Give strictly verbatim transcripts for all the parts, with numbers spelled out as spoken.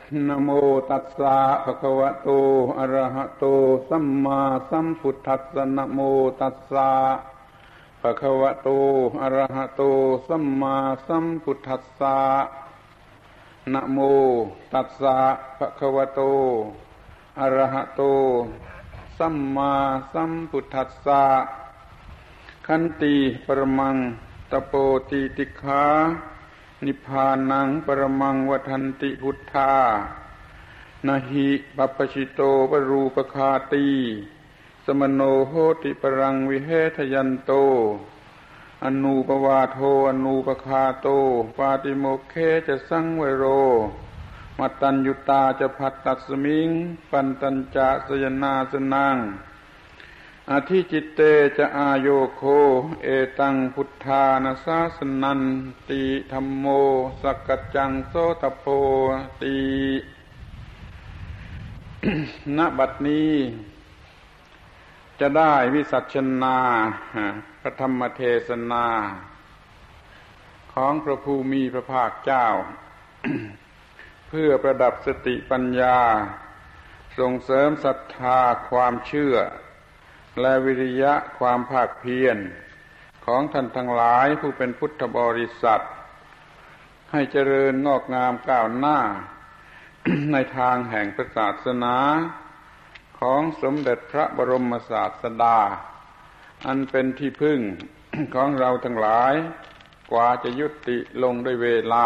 นะโมตัสสะภะคะวะโตอะระหะโตสัมมาสัมพุทธัสสะนะโมตัสสะภะคะวะโตอะระหะโตสัมมาสัมพุทธัสสะนะโมตัสสะภะคะวะโตอะระหะโตสัมมาสัมพุทธัสสะขันติปรมังตโปติติขานิพพานังปรมังวทันติพุทธานะหิปัปปชิโตปรูปคาติสมโนโหติปรังวิเหทยันโตอนูปวาโทอนูปคาโตปาติโมกเขจะสังเวโรมัตตัญญุตาจะภัตตัสมิงปันตัญจะสยนาสนังอธิจิตเตจะอายโยโคเอตังพุทธานาสาสนันติธัมโมสักกัจจังโสตโพติณ บัดนี้จะได้วิสัชนาพระธรรมเทศนาของพระภูมิพระภาคเจ้า เพื่อประดับสติปัญญาส่งเสริมศรัทธาความเชื่อและวิริยะความภาคเพียรของท่านทั้งหลายผู้เป็นพุทธบริษัทให้เจริญงอกงามก้าวหน้า ในทางแห่งพระศาสนาของสมเด็จพระบรมศาสดาอันเป็นที่พึ่ง ของเราทั้งหลายกว่าจะยุติลงด้วยเวลา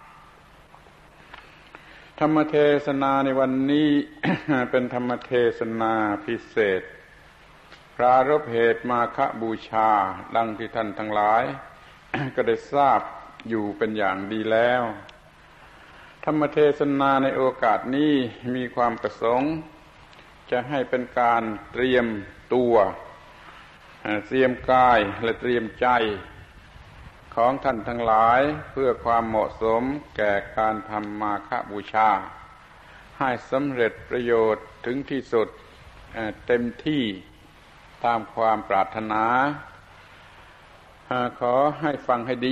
ธรรมเทศนาในวันนี้ เป็นธรรมเทศนาพิเศษปรารภเหตุมาฆบูชาดังที่ท่านทั้งหลาย ก็ได้ทราบอยู่เป็นอย่างดีแล้วธรรมเทศนาในโอกาสนี้มีความประสงค์จะให้เป็นการเตรียมตัวเตรียมกายและเตรียมใจของท่านทั้งหลายเพื่อความเหมาะสมแก่การทำมาฆบูชาให้สำเร็จประโยชน์ถึงที่สุดเต็มที่ตามความปรารถนาขอให้ฟังให้ดี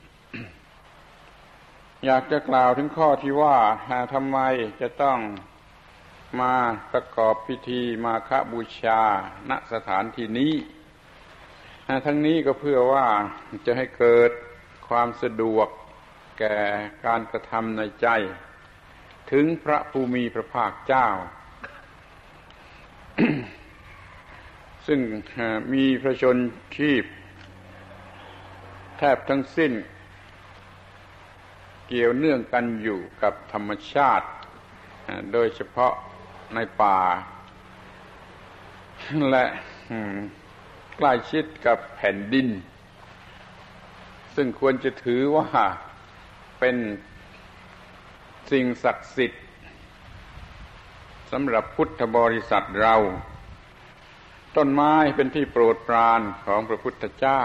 อยากจะกล่าวถึงข้อที่ว่าทำไมจะต้องมาประกอบพิธีมาฆบูชาณสถานที่นี้ทั้งนี้ก็เพื่อว่าจะให้เกิดความสะดวกแก่การกระทำในใจถึงพระภูมิพระภาคเจ้า ซึ่งมีพระชนชีพแทบทั้งสิ้นเกี่ยวเนื่องกันอยู่กับธรรมชาติโดยเฉพาะในป่าและใกล้ชิดกับแผ่นดินซึ่งควรจะถือว่าเป็นสิ่งศักดิ์สิทธิ์สำหรับพุทธบริษัทเราต้นไม้เป็นที่โปรดปรานของพระพุทธเจ้า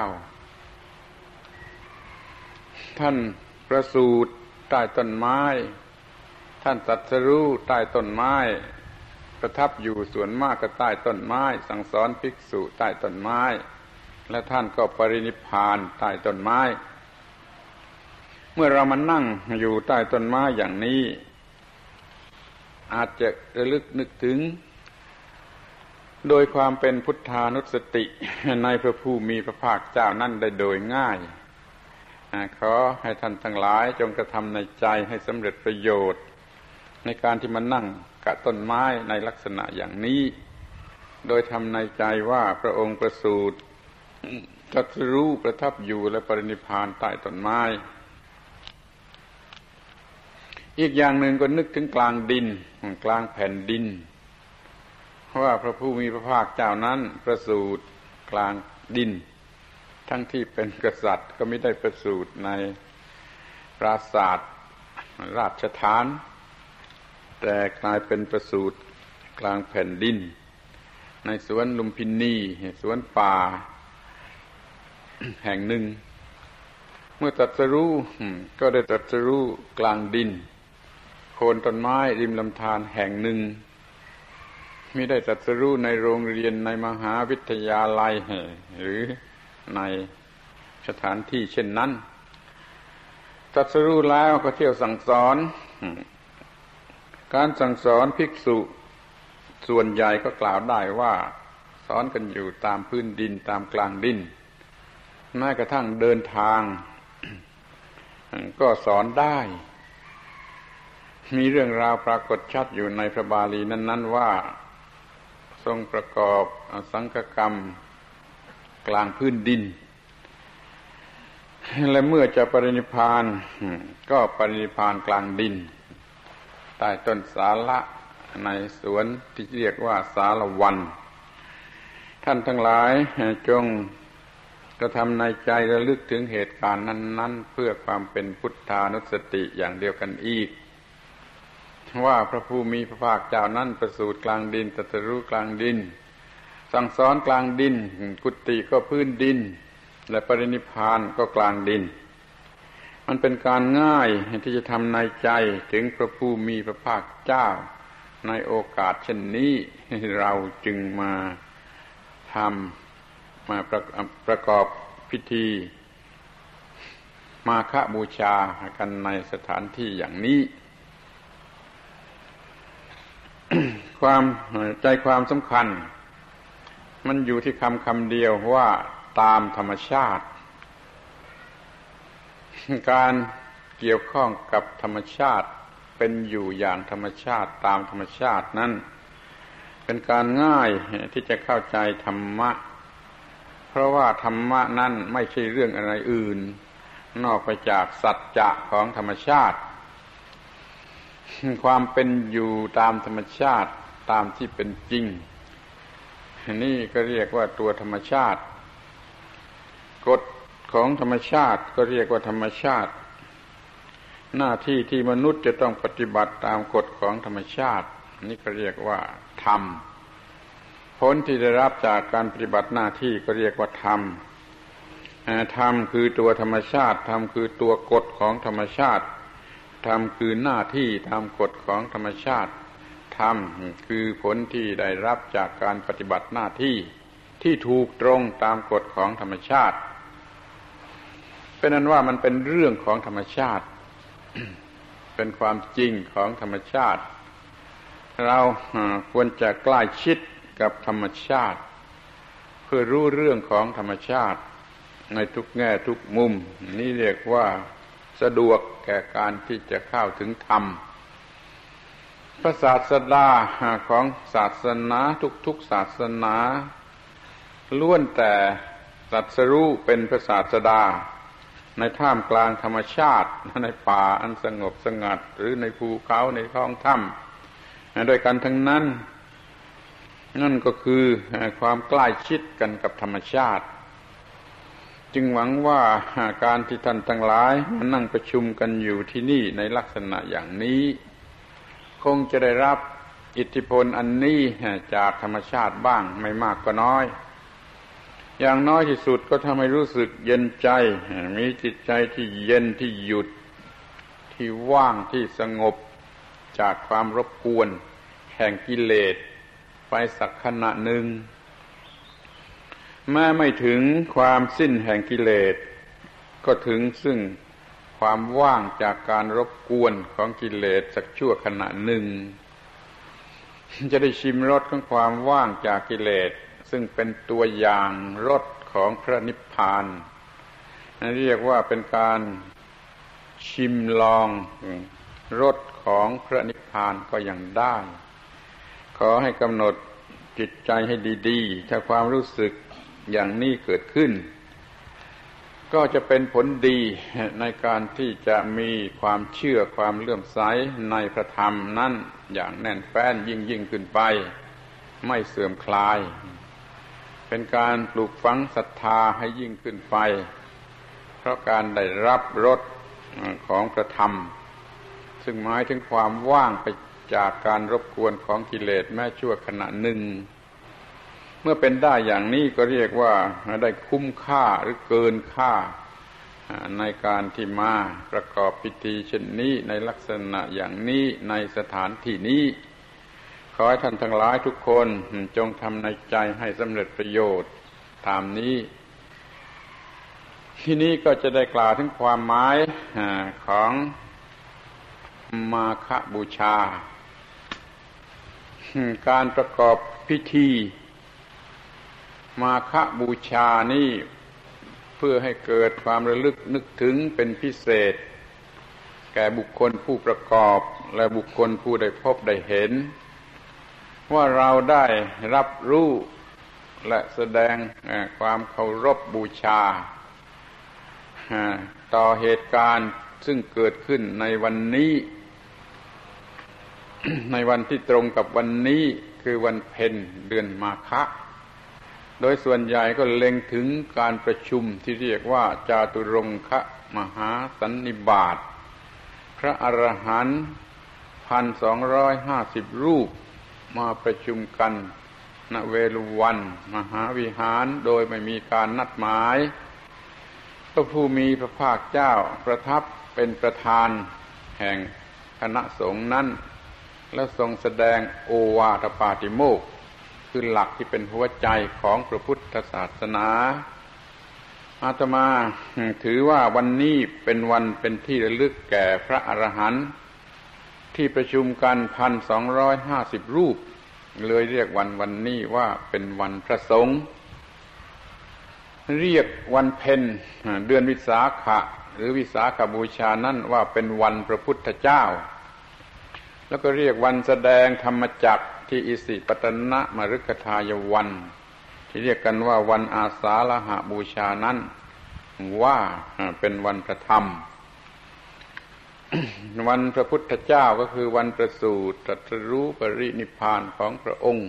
ท่านประสูติใต้ต้นไม้ท่านตรัสรู้ใต้ต้นไม้ประทับอยู่ส่วนมากก็ใต้ต้นไม้สั่งสอนภิกษุใต้ต้นไม้และท่านก็ปรินิพพานใต้ต้นไม้เมื่อเรามานั่งอยู่ใต้ต้นไม้อย่างนี้อาจจะระลึกนึกถึงโดยความเป็นพุทธานุสติในพระผู้มีพระภาคเจ้านั่นได้โดยง่ายขอให้ท่านทั้งหลายจงกระทำในใจให้สำเร็จประโยชน์ในการที่มานั่งกับต้นไม้ในลักษณะอย่างนี้โดยทำในใจว่าพระองค์ประสูติตรัสรู้ประทับอยู่และปรินิพพานใต้ต้นไม้อีกอย่างหนึ่งก็นึกถึงกลางดินกลางแผ่นดินว่าพระผู้มีพระภาคเจ้านั้นประสูติกลางดินทั้งที่เป็นกษัตริย์ก็ไม่ได้ประสูติในปราสาทราชฐานแต่กลายเป็นประสูติกลางแผ่นดินในสวนลุมพินีสวนป่าแห่งหนึ่งเมื่อตรัสรู้ก็ได้ตรัสรู้กลางดินโคนต้นไม้ริมลำธารแห่งหนึ่งไม่ได้ตรัสรู้ในโรงเรียนในมหาวิทยาลัยหรือในสถานที่เช่นนั้นตรัสรู้แล้วก็เที่ยวสั่งสอนการสั่งสอนภิกษุส่วนใหญ่ก็กล่าวได้ว่าสอนกันอยู่ตามพื้นดินตามกลางดินแม้กระทั่งเดินทางก็สอนได้มีเรื่องราวปรากฏชัดอยู่ในพระบาลีนั้นๆว่าทรงประกอบสังฆกรรมกลางพื้นดินและเมื่อจะปรินิพพานก็ปรินิพพานกลางดินใต้ต้นสาละในสวนที่เรียกว่าสาละวันท่านทั้งหลายจงกระทำในใจระลึกถึงเหตุการณ์นั้นๆเพื่อความเป็นพุทธานุสติอย่างเดียวกันอีกว่าพระผู้มีพระภาคเจ้านั้นประสูติกลางดินตรัสรู้กลางดินสั่งสอนกลางดินกุฏิก็พื้นดินและปรินิพพานก็กลางดินมันเป็นการง่ายที่จะทำในใจถึงพระผู้มีพระภาคเจ้าในโอกาสเช่นนี้เราจึงมาทำมาประประกอบพิธีมาฆบูชากันในสถานที่อย่างนี้ ความใจความสำคัญมันอยู่ที่คำคำเดียวว่าตามธรรมชาติการเกี่ยวข้องกับธรรมชาติเป็นอยู่อย่างธรรมชาติตามธรรมชาตินั้นเป็นการง่ายที่จะเข้าใจธรรมะเพราะว่าธรรมะนั้นไม่ใช่เรื่องอะไรอื่นนอกไปจากสัจจะของธรรมชาติความเป็นอยู่ตามธรรมชาติตามที่เป็นจริงนี่ก็เรียกว่าตัวธรรมชาติกฎของธรรมชาติก็เรียกว่าธรรมชาติหน้าที่ที่มนุษย์จะต้องปฏิบัติตามกฎของธรรมชาตินี่ก็เรียกว่าธรรมผลที่ได้รับจากการปฏิบัติหน้าที่ก็เรียกว่าธรรมธรรมคือตัวธรรมชาติธรรมคือตัวกฎของธรรมชาติธรรมคือหน้าที่ตามกฎของธรรมชาติธรรมคือผลที่ได้รับจากการปฏิบัติหน้าที่ที่ถูกตรงตามกฎของธรรมชาติเป็นนั้นว่ามันเป็นเรื่องของธรรมชาติ เป็นความจริงของธรรมชาติเราควรจะใกล้ชิดกับธรรมชาติเพื่อรู้เรื่องของธรรมชาติในทุกแง่ทุกมุมนี่เรียกว่าสะดวกแก่การที่จะเข้าถึงธรรมพระศาสดาของศาสนาทุกๆศาสนาล้วนแต่ตรัสรู้เป็นพระศาสดาในท่ามกลางธรรมชาติในป่าอันสงบสงัดหรือในภูเขาในท้องถ้ำด้วยกันทั้งนั้นนั่นก็คือความใกล้ชิดกันกับธรรมชาติจึงหวังว่าการที่ท่านทั้งหลายมานั่งประชุมกันอยู่ที่นี่ในลักษณะอย่างนี้คงจะได้รับอิทธิพลอันนี้จากธรรมชาติบ้างไม่มากก็น้อยอย่างน้อยที่สุดก็ทำให้รู้สึกเย็นใจมีจิตใจที่เย็นที่หยุดที่ว่างที่สงบจากความรบกวนแห่งกิเลสไปสักขณะหนึ่งแม้ไม่ถึงความสิ้นแห่งกิเลสก็ถึงซึ่งความว่างจากการรบกวนของกิเลสสักชั่วขณะหนึ่งจะได้ชิมรสของความว่างจากกิเลสซึ่งเป็นตัวอย่างรสของพระนิพพานเรียกว่าเป็นการชิมลองรสของพระนิพพานก็ยังได้ขอให้กำหนดจิตใจให้ดีๆถ้าความรู้สึกอย่างนี้เกิดขึ้นก็จะเป็นผลดีในการที่จะมีความเชื่อความเลื่อมใสในพระธรรมนั้นอย่างแน่นแฟ้นยิ่งยิ่งขึ้นไปไม่เสื่อมคลายเป็นการปลูกฝังศรัทธาให้ยิ่งขึ้นไปเพราะการได้รับรสของพระธรรมซึ่งหมายถึงความว่างไปจากการรบกวนของกิเลสแม้ชั่วขณะหนึ่งเมื่อเป็นได้อย่างนี้ก็เรียกว่าได้คุ้มค่าหรือเกินค่าในการที่มาประกอบพิธีเช่นนี้ในลักษณะอย่างนี้ในสถานที่นี้ขอให้ท่านทั้งหลายทุกคนจงทำในใจให้สำเร็จประโยชน์ตามนี้ที่นี้ก็จะได้กล่าวถึงความหมายของมาฆบูชาการประกอบพิธีมาฆบูชานี่เพื่อให้เกิดความระลึกนึกถึงเป็นพิเศษแก่บุคคลผู้ประกอบและบุคคลผู้ได้พบได้เห็นว่าเราได้รับรู้และแสดงความเคารพบูชาต่อเหตุการณ์ซึ่งเกิดขึ้นในวันนี้ ในวันที่ตรงกับวันนี้คือวันเพ็ญเดือนมาฆะโดยส่วนใหญ่ก็เล็งถึงการประชุมที่เรียกว่าจาตุรงคมหาสันนิบาตพระอรหันต์พันสองร้อยห้าสิบรูปมาประชุมกันณเวฬุวันมหาวิหารโดยไม่มีการนัดหมายพระผู้มีพระภาคเจ้าประทับเป็นประธานแห่งคณะสงฆ์นั้นและทรงแสดงโอวาทปาติโมกข์คือหลักที่เป็นหัวใจของพระพุทธศาสนาอาตมาถือว่าวันนี้เป็นวันเป็นที่ระลึกแก่พระอรหันต์ที่ประชุมกันพันสองร้อยห้าสิบรูปเลยเรียกวันวันนี้ว่าเป็นวันพระสงฆ์เรียกวันเพ็ญเดือนวิสาขะหรือวิสาขบูชานั่นว่าเป็นวันพระพุทธเจ้าแล้วก็เรียกวันแสดงธรรมจักรที่อิสิปตนะมฤคทายวันที่เรียกกันว่าวันอาสาฬหบูชานั้นว่าเป็นวันพระธรรม วันพระพุทธเจ้าก็คือวันประสูติตรัสรู้ปรินิพพานของพระองค์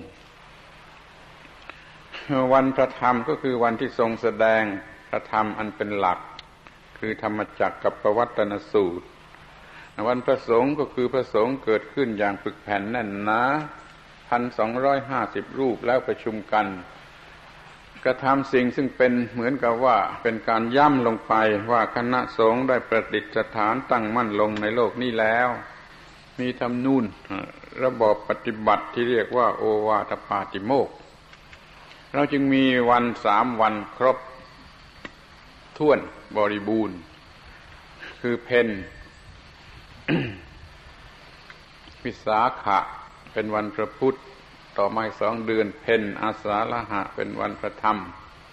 วันพระธรรมก็คือวันที่ทรงแสดงพระธรรมอันเป็นหลักคือธรรมจักรกับปวัตตนสูตรวันพระสงฆ์ก็คือพระสงฆ์เกิดขึ้นอย่างปึกแผ่นแน่นหนาพันสองร้อยห้าสิบรูปแล้วประชุมกันกระทำสิ่งซึ่งเป็นเหมือนกับว่าเป็นการย่ำลงไปว่าคณะสงฆ์ได้ประดิษฐานตั้งมั่นลงในโลกนี้แล้วมีธรรมนูญระบอบปฏิบัติที่เรียกว่าโอวาทปาติโมกข์เราจึงมีวันสามวันครบถ้วนบริบูรณ์คือเพ็ญ วิสาขะเป็นวันพระพุธต่อมาสองเดือนเพ็ญอาสาฬหะเป็นวันพระธรรม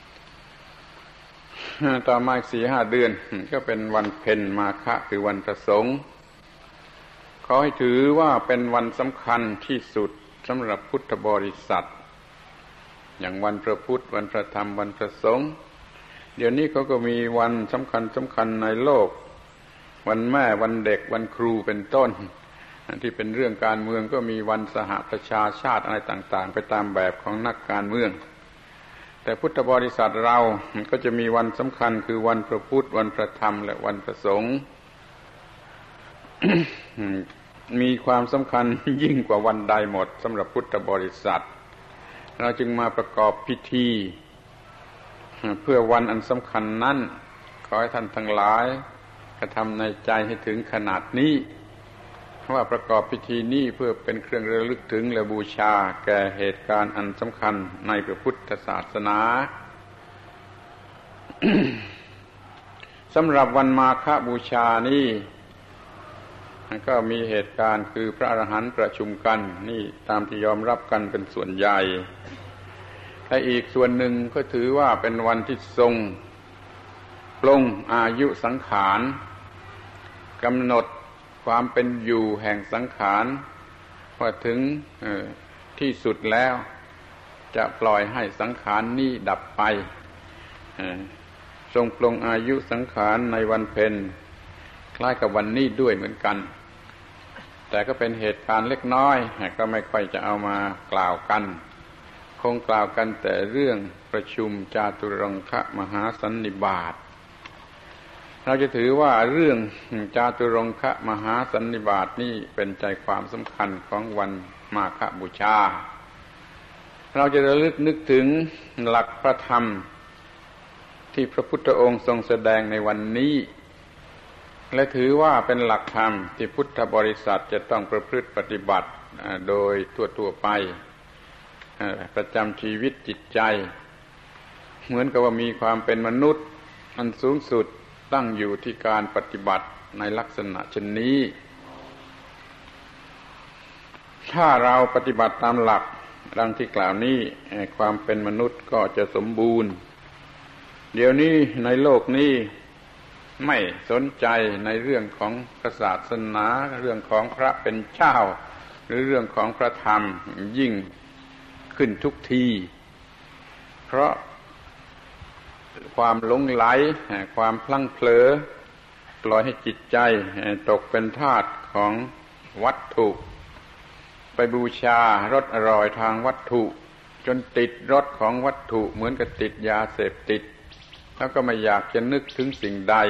ต่อมาสี่ห้าเดือนก็เป็นวันเพ็ญมาฆะคือวันพระสงฆ์ขอให้ถือว่าเป็นวันสำคัญที่สุดสำหรับพุทธบริษัทอย่างวันพระพุธวันพระธรรมวันพระสงฆ์เดี๋ยวนี้เขาก็มีวันสำคัญสำคัญในโลกวันแม่วันเด็กวันครูเป็นต้นที่เป็นเรื่องการเมืองก็มีวันสหประชาชาติอะไรต่างๆไปตามแบบของนักการเมืองแต่พุทธบริษัทเราก็จะมีวันสำคัญคือวันพระพุธวันพระธรรมและวันพระสงฆ์ มีความสำคัญยิ่งกว่าวันใดหมดสำหรับพุทธบริษัทเราจึงมาประกอบพิธีเพื่อวันอันสำคัญนั้นขอให้ท่านทั้งหลายกระทำในใจให้ถึงขนาดนี้ว่าประกอบพิธีนี้เพื่อเป็นเครื่องระลึกถึงและบูชาแก่เหตุการณ์อันสำคัญในพระพุทธศาสนา สำหรับวันมาฆบูชานี้ก็มีเหตุการณ์คือพระอรหันต์ประชุมกันนี่ตามที่ยอมรับกันเป็นส่วนใหญ่แต่อีกส่วนหนึ่งก็ถือว่าเป็นวันที่ทรงปลงอายุสังขารกำหนดความเป็นอยู่แห่งสังขารว่าถึงที่สุดแล้วจะปล่อยให้สังขารนี้ดับไปทรงปลงอายุสังขารในวันเพ็ญคล้ายกับวันนี้ด้วยเหมือนกันแต่ก็เป็นเหตุการณ์เล็กน้อยก็ไม่ค่อยจะเอามากล่าวกันคงกล่าวกันแต่เรื่องประชุมจาตุรงคมหาสันนิบาตเราจะถือว่าเรื่องจาตุรงคมหาสันนิบาตนี่เป็นใจความสำคัญของวันมาฆบูชาเราจะระลึกนึกถึงหลักพระธรรมที่พระพุทธองค์ทรงแสดงในวันนี้และถือว่าเป็นหลักธรรมที่พุทธบริษัทจะต้องประพฤติปฏิบัติโดยทั่วๆไปประจำชีวิตจิตใจเหมือนกับว่ามีความเป็นมนุษย์อันสูงสุดตั้งอยู่ที่การปฏิบัติในลักษณะเช่นนี้ถ้าเราปฏิบัติตามหลักดังที่กล่าวนี้ความเป็นมนุษย์ก็จะสมบูรณ์เดี๋ยวนี้ในโลกนี้ไม่สนใจในเรื่องของศาสนาเรื่องของพระเป็นเจ้าหรือเรื่องของพระธรรมยิ่งขึ้นทุกทีเพราะความหลงไหลความพลั้งเผลอปล่อยให้จิตใจตกเป็นทาสของวัตถุไปบูชารสอร่อยทางวัตถุจนติดรสของวัตถุเหมือนกับติดยาเสพติดแล้วก็ไม่อยากจะนึกถึงสิ่งใด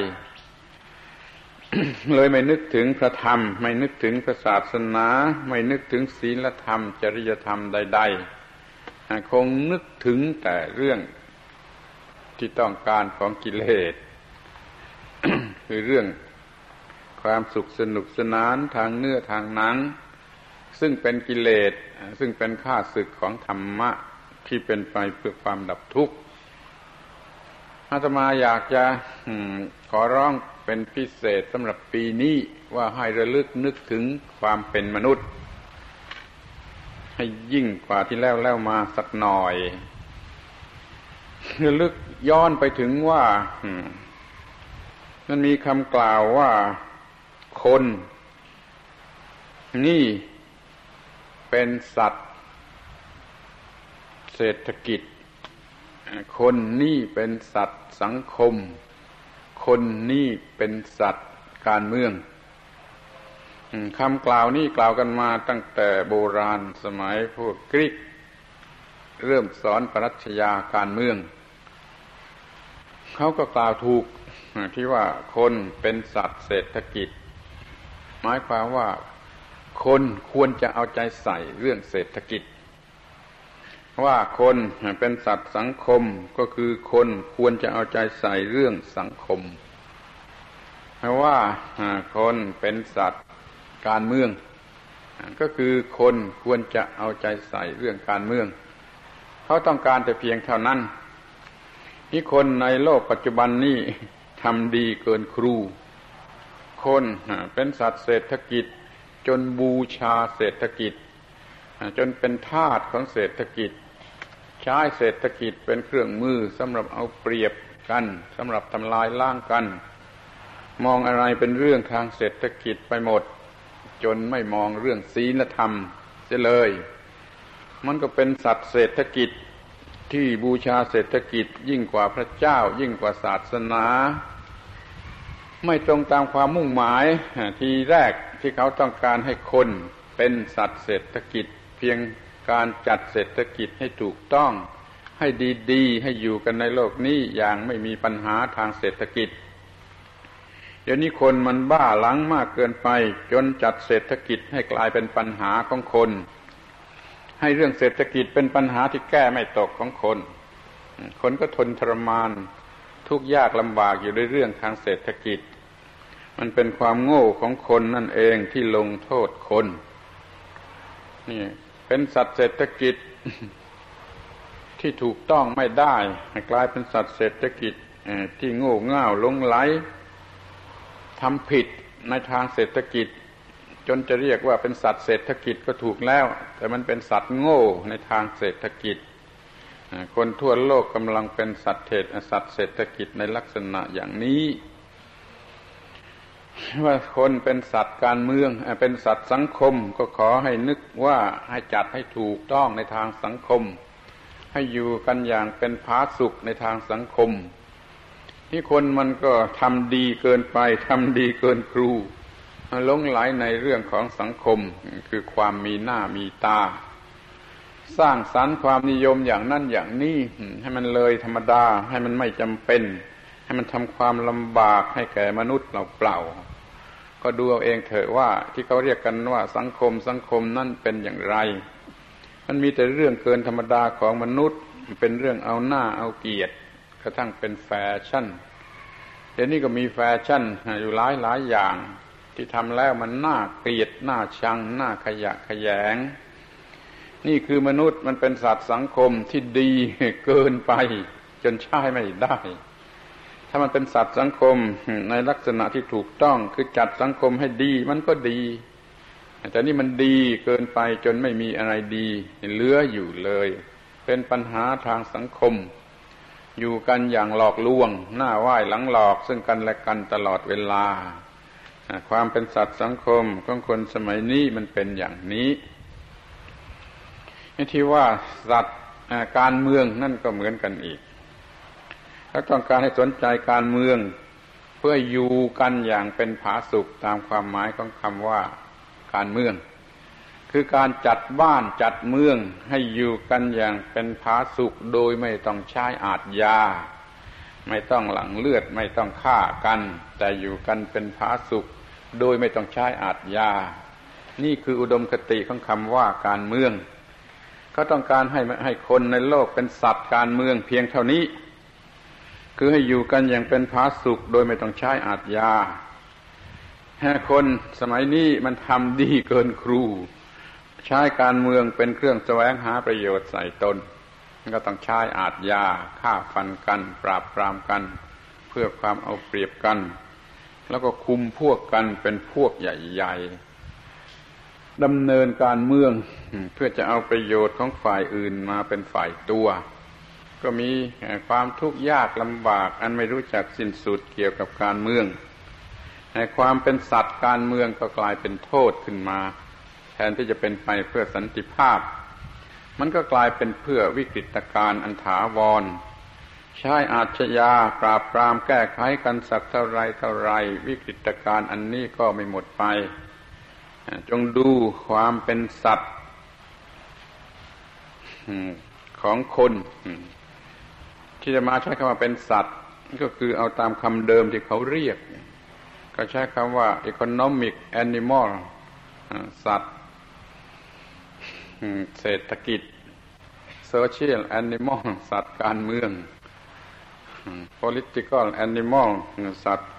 เลยไม่นึกถึงพระธรรมไม่นึกถึงพระศาสนาไม่นึกถึงศีลธรรมจริยธรรมใดๆคงนึกถึงแต่เรื่องที่ต้องการของกิเลส คือเรื่องความสุขสนุกสนานทางเนื้อทางหนังซึ่งเป็นกิเลสซึ่งเป็นข้าศึกของธรรมะที่เป็นไปเพื่อความดับทุกข์อาตมาอยากจะขอร้องเป็นพิเศษสำหรับปีนี้ว่าให้ระลึกนึกถึงความเป็นมนุษย์ให้ยิ่งกว่าที่แล้วแล้วมาสักหน่อยระลึกย้อนไปถึงว่ามันมีคำกล่าวว่าคนนี่เป็นสัตว์เศรษฐกิจคนนี่เป็นสัตว์สังคมคนนี่เป็นสัตว์การเมืองคำกล่าวนี้กล่าวกันมาตั้งแต่โบราณสมัยพวกกรีกเริ่มสอนปรัชญาการเมืองเขาก็กล่าวถูกที่ว่าคนเป็นสัตว์เศรษฐกิจหมายความว่าคนควรจะเอาใจใส่เรื่องเศรษฐกิจว่าคนเป็นสัตว์สังคมก็คือคนควรจะเอาใจใส่เรื่องสังคมว่าคนเป็นสัตว์การเมืองก็คือคนควรจะเอาใจใส่เรื่องการเมืองเขาต้องการแต่เพียงเท่านั้นที่คนในโลกปัจจุบันนี้ทำดีเกินครูคนเป็นสัตว์เศรษฐกิจจนบูชาเศรษฐกิจจนเป็นทาสของเศรษฐกิจใช้เศรษฐกิจเป็นเครื่องมือสำหรับเอาเปรียบกันสำหรับทำลายล้างกันมองอะไรเป็นเรื่องทางเศรษฐกิจไปหมดจนไม่มองเรื่องศีลธรรมเสียเลยมันก็เป็นสัตว์เศรษฐกิจที่บูชาเศรษฐกิจยิ่งกว่าพระเจ้ายิ่งกว่าศาสนาไม่ตรงตามความมุ่งหมายทีแรกที่เขาต้องการให้คนเป็นสัตว์เศรษฐกิจเพียงการจัดเศรษฐกิจให้ถูกต้องให้ดีๆให้อยู่กันในโลกนี้อย่างไม่มีปัญหาทางเศรษฐกิจเดี๋ยวนี้คนมันบ้าหลังมากเกินไปจนจัดเศรษฐกิจให้กลายเป็นปัญหาของคนให้เรื่องเศรษฐกิจเป็นปัญหาที่แก้ไม่ตกของคนคนก็ทนทรมานทุกข์ยากลำบากอยู่ด้วยเรื่องทางเศรษฐกิจมันเป็นความโง่ของคนนั่นเองที่ลงโทษคนนี่เป็นสัตว์เศรษฐกิจที่ถูกต้องไม่ได้ให้กลายเป็นสัตว์เศรษฐกิจที่โง่เง่าหลงไหลทำผิดในทางเศรษฐกิจจนจะเรียกว่าเป็นสัตว์เศรษฐกิจก็ถูกแล้วแต่มันเป็นสัตว์โง่ในทางเศรษฐกิจคนทั่วโลกกำลังเป็นสัตว์เศรษฐสัตว์เศรษฐกิจในลักษณะอย่างนี้ว่าคนเป็นสัตว์การเมืองเป็นสัตว์สังคมก็ขอให้นึกว่าให้จัดให้ถูกต้องในทางสังคมให้อยู่กันอย่างเป็นผาสุกในทางสังคมที่คนมันก็ทำดีเกินไปทำดีเกินครูหลงไหลในเรื่องของสังคมคือความมีหน้ามีตาสร้างสรรค์ความนิยมอย่างนั้นอย่างนี้ให้มันเลยธรรมดาให้มันไม่จำเป็นให้มันทำความลำบากให้แก่มนุษย์เปล่าๆก็ดูเอาเองเถอะว่าที่เขาเรียกกันว่าสังคมสังคมนั่นเป็นอย่างไรมันมีแต่เรื่องเกินธรรมดาของมนุษย์เป็นเรื่องเอาหน้าเอาเกียรติกระทั่งเป็นแฟชั่นเดี๋ยวนี้ก็มีแฟชั่นอยู่หลายหลายอย่างที่ทำแล้วมันน่าเกลียดน่าชังน่าขยะแขยงนี่คือมนุษย์มันเป็นสัตว์สังคมที่ดีเกินไปจนใช้ไม่ได้ถ้ามันเป็นสัตว์สังคมในลักษณะที่ถูกต้องคือจัดสังคมให้ดีมันก็ดีแต่นี่มันดีเกินไปจนไม่มีอะไรดีเหลืออยู่เลยเป็นปัญหาทางสังคมอยู่กันอย่างหลอกลวงหน้าไหว้หลังหลอกซึ่งกันและกันตลอดเวลาความเป็นสัตว์สังคมของคนสมัยนี้มันเป็นอย่างนี้ที่ว่าสัตว์การเมืองนั่นก็เหมือนกันอีกถ้าต้องการให้สนใจการเมืองเพื่ออยู่กันอย่างเป็นผาสุกตามความหมายของคำว่าการเมืองคือการจัดบ้านจัดเมืองให้อยู่กันอย่างเป็นผาสุกโดยไม่ต้องใช้อาทยาไม่ต้องหลั่งเลือดไม่ต้องฆ่ากันแต่อยู่กันเป็นผาสุกโดยไม่ต้องใช้อาทยานี่คืออุดมคติของคำว่าการเมืองเขาต้องการให้ให้คนในโลกเป็นสัตว์การเมืองเพียงเท่านี้คือให้อยู่กันอย่างเป็นผาสุกโดยไม่ต้องใช้อาทยาคนสมัยนี้มันทำดีเกินครูใช้การเมืองเป็นเครื่องแสวงหาประโยชน์ใส่ตนก็ต้องใช้อาทยาฆ่าฟันกันปราบปรามกันเพื่อความเอาเปรียบกันแล้วก็คุมพวกกันเป็นพวกใหญ่ๆดำเนินการเมืองเพื่อจะเอาประโยชน์ของฝ่ายอื่นมาเป็นฝ่ายตัวก็มีความทุกข์ยากลำบากอันไม่รู้จักสิ้นสุดเกี่ยวกับการเมืองให้ความเป็นสัตว์การเมืองก็กลายเป็นโทษขึ้นมาแทนที่จะเป็นไปเพื่อสันติภาพมันก็กลายเป็นเพื่อวิกฤตการณ์อันถาวรใช้อาชญาปราบปรามแก้ไขกันสักเท่าไรเท่าไรวิกฤตการณ์อันนี้ก็ไม่หมดไปจงดูความเป็นสัตว์ของคนที่จะมาใช้คำว่าเป็นสัตว์ก็คือเอาตามคำเดิมที่เขาเรียกก็ใช้คำว่า economic animal สัตว์เศรษฐกิจ social animal สัตว์การเมือง political animal สัตว์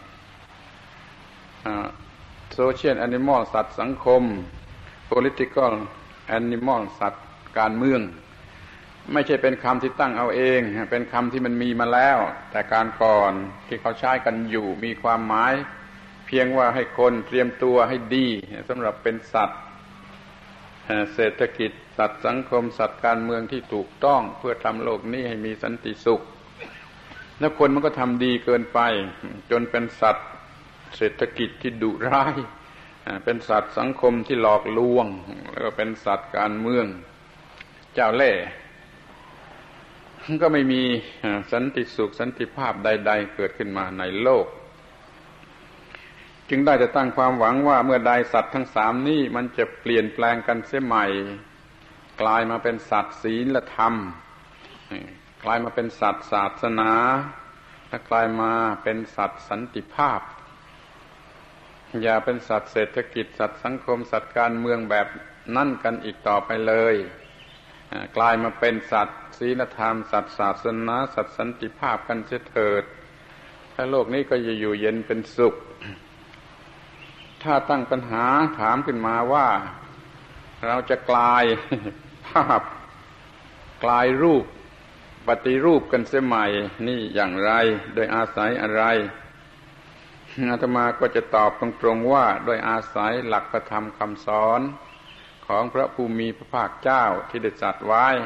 social animal สัตว์สังคม political animal สัตว์การเมืองไม่ใช่เป็นคำที่ตั้งเอาเองเป็นคำที่มันมีมาแล้วแต่การก่อนที่เขาใช้กันอยู่มีความหมายเพียงว่าให้คนเตรียมตัวให้ดีสำหรับเป็นสัตว์เศรษฐกิจสัตว์สังคมสัตว์การเมืองที่ถูกต้องเพื่อทำโลกนี้ให้มีสันติสุขแล้วคนมันก็ทำดีเกินไปจนเป็นสัตว์เศรษฐกิจที่ดุร้ายเป็นสัตว์สังคมที่หลอกลวงแล้วก็เป็นสัตว์การเมืองเจ้าเล่ห์ก็ไม่มีสันติสุขสันติภาพใดๆเกิดขึ้นมาในโลกจึงได้จะตั้งความหวังว่าเมื่อใดสัตว์ทั้งสามนี้มันจะเปลี่ยนแปลงกันเสียใหม่กลายมาเป็นสัตว์ศีลธรรมกลายมาเป็นสัตว์ศาสนาและกลายมาเป็นสัตว์สันติภาพอย่าเป็นสัตว์เศรษฐกิจสัตว์สังคมสัตว์การเมืองแบบนั่นกันอีกต่อไปเลยกลายมาเป็นสัตว์ศีลธรรมสัตว์ศาสนาสัตว์สันติภาพกันเสียเถิดถ้าโลกนี้ก็จะอยู่เย็นเป็นสุขถ้าตั้งปัญหาถามขึ้นมาว่าเราจะกลายภาพกลายรูปปฏิรูปกันเสียใหม่นี่อย่างไรโดยอาศัยอะไรอาตมาก็จะตอบตรงๆว่าโดยอาศัยหลักพระธรรมคำสอนของพระผู้มีพระภาคเจ้าที่ได้ตรัสไว้